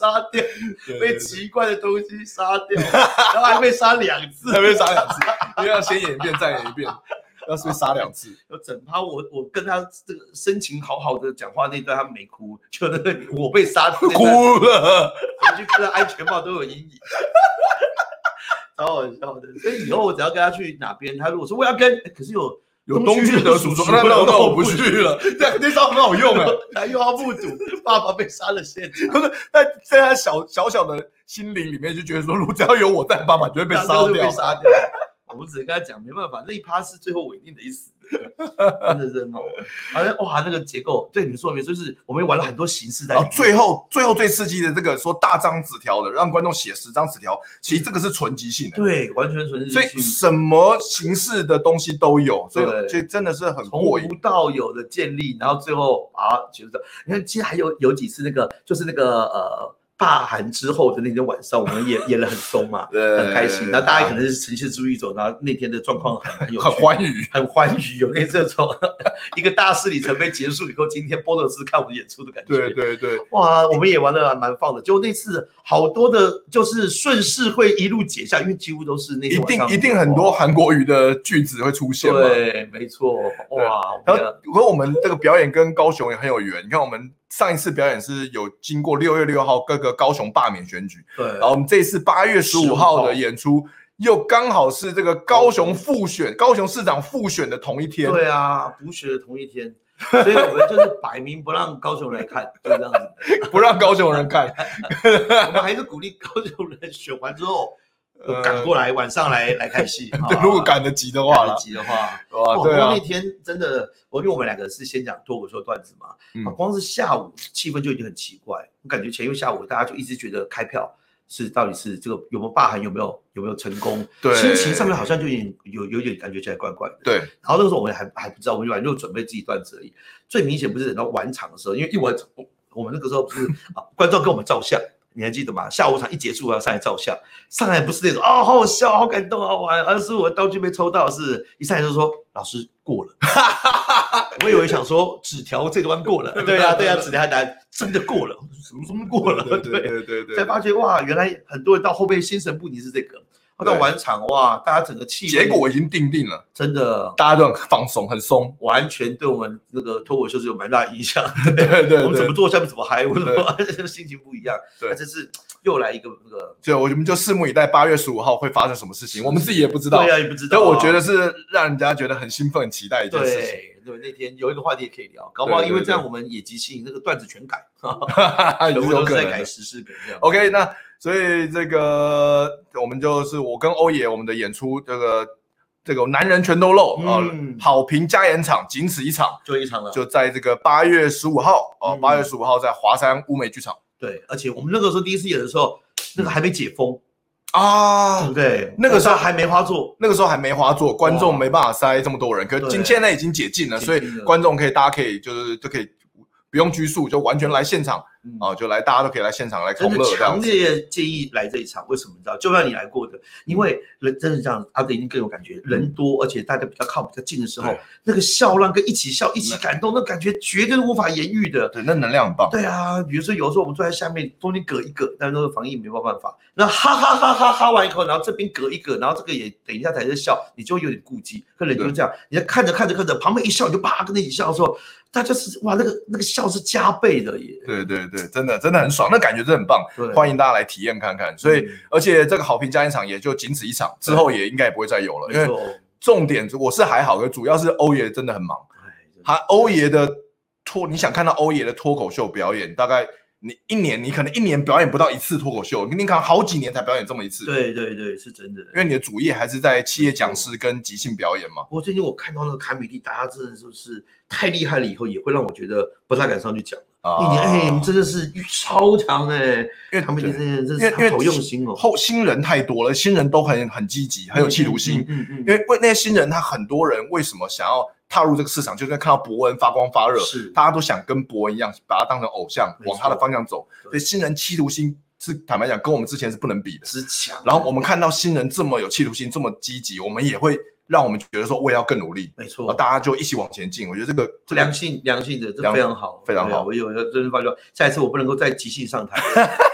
被奇怪的东西杀掉，然后还被杀两次， 还被杀两次，因为要先演一遍再演一遍，要是被杀两次。 有整趴我我跟他这个深情好好的讲话那段，他没哭，就那个我被杀哭了， 回去看到安全帽都有阴影。超好笑的，所以以后我只要跟他去哪边，他如果说我要跟，可是有有东区的叔叔，那那那我不去了，这那招很好用啊， 他又要目睹爸爸被杀的现场， 不是？但在他小小小的心灵里面就觉得说，如果只要有我在，爸爸就会被杀掉， 被杀掉。我只能跟他讲，没办法，那一趴是最后稳定的一死，真的是很好玩。好像哇，那个结构，对你们说的没错，就是我们玩了很多形式在。 然后最后最后最刺激的这个说大张纸条的，让观众写十张纸条，其实这个是纯即兴的， 对，完全纯即兴。 所以什么形式的东西都有，所以所以真的是很过瘾。 从无到有的建立，然后最后啊，觉得你看，其实还有有几次那个，就是那个呃。罢韩之后的那天晚上，我们演演得很松嘛，很开心。然后大家可能是城市主义者，然后那天的状况很很有趣， 很欢愉， 很欢愉，有那这种一个大势里程碑结束以后，今天波特斯看我们演出的感觉。 对对对， 哇，我们也玩得蛮放的。就那次好多的，就是顺势会一路解下，因为几乎都是那天晚上一定一定很多韩国语的句子会出现嘛。 对，没错。哇， 然后和我们这个表演跟高雄也很有缘。你看我们。上一次表演是有经过六月六号各个高雄罢免选举， 对， 然后我们这一次八月十五号的演出又刚好是这个高雄复选、高雄市长复选的同一天。 对啊，补选的同一天，所以我们就是摆明不让高雄人看，就这样子， 不让高雄人看。 我们还是鼓励高雄人选完之后。赶过来，晚上来来看戏。 对，如果赶得及的话， 赶得及的话， 哇，对啊。 那天真的，我因为我们两个是先讲脱口秀段子嘛，嗯，光是下午气氛就已经很奇怪。我感觉前一个下午大家就一直觉得开票是到底是这个有没有罢韩，有没有有没有成功， 对， 心情上面好像就有点有有点感觉起来怪怪的。 对， 然后那个时候我们还还不知道，我们就就准备自己段子而已。最明显不是等到晚场的时候，因为一晚我们那个时候不是啊，观众跟我们照相。你还记得吗？下午场一结束要上来照相，上来不是那种哦好好笑、好感动、好玩，而是我道具被抽到，是一上来就说老师过了。我以为想说纸条这关过了，对啊对啊，纸条还难，真的过了，什么什么过了？ 对对对对对， 才发觉哇，原来很多人到后面心神不宁是这个。到晚场哇，大家整个气结果已经定定了， 真的， 大家都很放松，很松， 完全对我们那个脱口秀是有蛮大影响。 对对对， 我们怎么做下面怎么嗨，为什么心情不一样？ 对， 这是又来一个那个， 就我们就拭目以待，八月十五号会发生什么事情，我们自己也不知道， 对啊，也不知道。 但我觉得是让人家觉得很兴奋、很期待一件事情。 对，那天有一个话题也可以聊，搞不好因为这样我们也即兴那个段子全改， 全部都是在改时事梗这样。 OK， 那。所以这个我们就是我跟欧爷我们的演出，这个这个男人全都露啊、嗯呃，好评加演场，仅此一场， 就一场了， 就在这个八月十五号哦，八、呃、月十五号在华山乌梅剧场。 对，而且我们那个时候第一次演的时候，那个还没解封啊， 对不对？ 那个时候还没花座， 那个时候还没花座，观众没办法塞这么多人，可是今现在已经解禁了，所以观众可以，大家可以就是就可以不用拘束，就完全来现场。嗯、哦，就来，大家都可以来现场来同乐。 强烈建议来这一场，为什么？你知道？就算你来过的，因为人真的这样，阿德一定更有感觉。人多，而且大家比较靠比较近的时候，那个笑让跟一起笑、一起感动，那感觉绝对是无法言喻的。 对，那能量很棒。 对啊，比如说有时候我们坐在下面，中间隔一个，但是那个防疫没有办法。那哈哈哈哈哈完以后，然后这边隔一个，然后这个也等一下才在笑，你就有点顾忌。可人就是这样，你在看着看着看着，旁边一笑，你就啪跟着一起笑的时候，大家是哇，那个那个笑是加倍的耶。 对对对，真的真的很爽，那感觉真的很棒，欢迎大家来体验看看。所以，嗯、而且这个好评加一场也就仅此一场，之后也应该也不会再有了，因为重点我是还好，可主要是欧爷真的很忙。他欧爷的脱，你想看到欧爷的脱口秀表演，大概你一年，你可能一年表演不到一次脱口秀，你看好几年才表演这么一次。 对对对，是真的，因为你的主业还是在企业讲师跟即兴表演嘛。 不过最近我看到那个卡米蒂，大家真的就是太厉害了，以后也会让我觉得不太敢上去讲。一年哎，你真的是超强哎！因为他们这些人真是好用心哦。 后新人太多了，新人都很很积极，很有企图心。嗯嗯。因为为那些新人，他很多人为什么想要踏入这个市场，就是看到伯恩发光发热， 是大家都想跟伯恩一样，把他当成偶像，往他的方向走。所以新人企图心是坦白讲，跟我们之前是不能比的， 之强。 然后我们看到新人这么有企图心，这么积极，我们也会。让我们觉得说我也要更努力， 没错， 大家就一起往前进。我觉得这个这良性良性的，这非常好， 非常好。 我有真的发觉，下一次我不能够再即兴上台，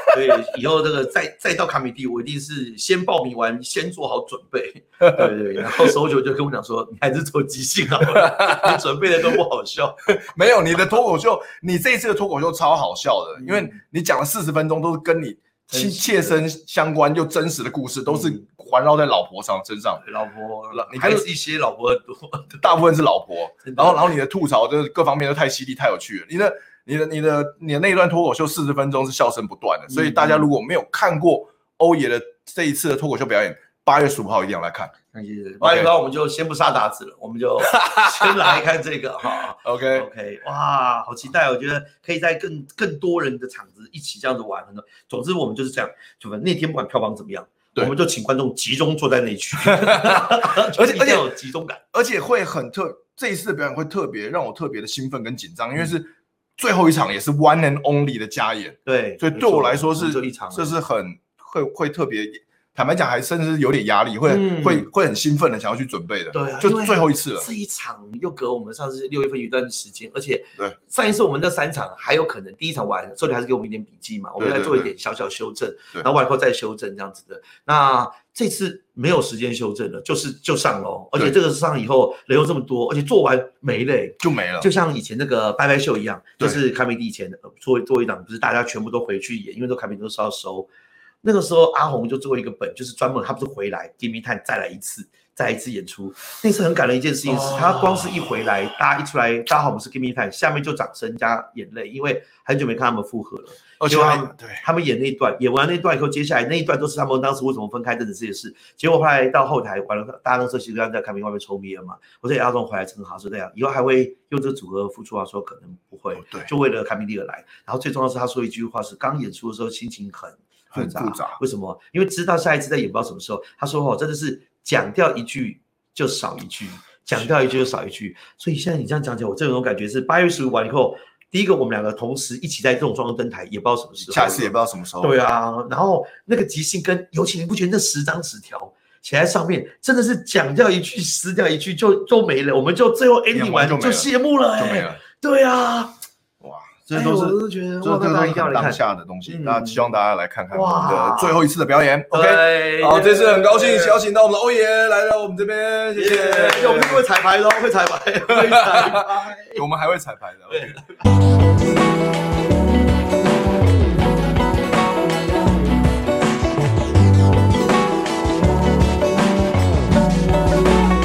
所以以后这个再再到卡米蒂，我一定是先报名完，先做好准备。对对，然后手九就跟我讲说，你还是做即兴好了，你准备的都不好笑。 没有，你的脱口秀，你这一次的脱口秀超好笑的，因为你讲了四十分钟都是跟你切身相关又真实的故事，都是环绕在老婆上身上。 老婆， 你还是一些老婆很多， 大部分是老婆。然后，然后你的吐槽就是各方面都太犀利、太有趣了。你的、你的、你的、你的那一段脱口秀四十分钟是笑声不断的，所以大家如果没有看过欧爷的这一次的脱口秀表演，八月十五号一定要来看。 八月十五号我们就先不杀鞑子了，我们就先来看这个哈。 OK OK， 哇，好期待！我觉得可以在更更多人的场子一起这样子玩。总之，我们就是这样，就那天不管票房怎么样，我们就请观众集中坐在那区，而且而且有集中感， 而且会很特。这一次的表演会特别让我特别的兴奋跟紧张，因为是最后一场，也是 one and only 的加演。 对， 所以对我来说是这一场， 这是很会会特别。坦白讲，还甚至有点压力，会、嗯、会会很兴奋的想要去准备的。 对啊， 就最后一次了。 这一场又隔我们上次六月份有一段时间，而且对上一次我们那三场还有可能第一场完，周里还是给我们一点笔记嘛，我们来做一点小小修正，然后完后再修正这样子的。那这次没有时间修正了，就是就上喽，而且这个上以后人又这么多，而且做完没了、欸、 就没了， 就像以前那个拜拜秀一样，就是卡米蒂以前做做一档，不是大家全部都回去演，因为都卡米蒂都是要收。那个时候阿红就做一个本，就是专门他不是回来 Give Me Time 再来一次，再来一次演出。那次很感人一件事情是，他光是一回来，大家一出来，大家好，我们是 Give Me Time， 下面就掌声加眼泪，因为很久没看他们复合了。而且他们他们演那一段，演完那一段以后，接下来那一段都是他们当时为什么分开等等这些事。结果后来到后台完了，大家那时候其实在卡米外面抽烟嘛。我说阿忠回来正好是这样，以后还会用这个组合付出啊，说可能不会， 对， 就为了卡米蒂而来。然后最重要是他说一句话是，刚演出的时候心情很。 很复杂， 为什么？因为知道下一次再演不知道什么时候。他说：“哦，真的是讲掉一句就少一句，讲掉一句就少一句。”所以现在你这样讲起来，我这种感觉是八月十五完以后，第一个我们两个同时一起在这种状况登台，也不知道什么时候， 下一次也不知道什么时候。 对啊，然后那个即兴跟尤其你不觉得那十张纸条写在上面，真的是讲掉一句撕掉一句就就没了，我们就最后 ending 完就谢幕了、欸， 就没了。 对啊。 这都是， 哎、我觉得这都是很当下的东西。那、嗯、希望大家来看看我们的最后一次的表演。OK， 好，这次很高兴邀请到我们的欧爷来到我们这边，谢谢。 Yeah, 我们会彩排的，会彩排，会彩排， 我们还会彩排的。OK。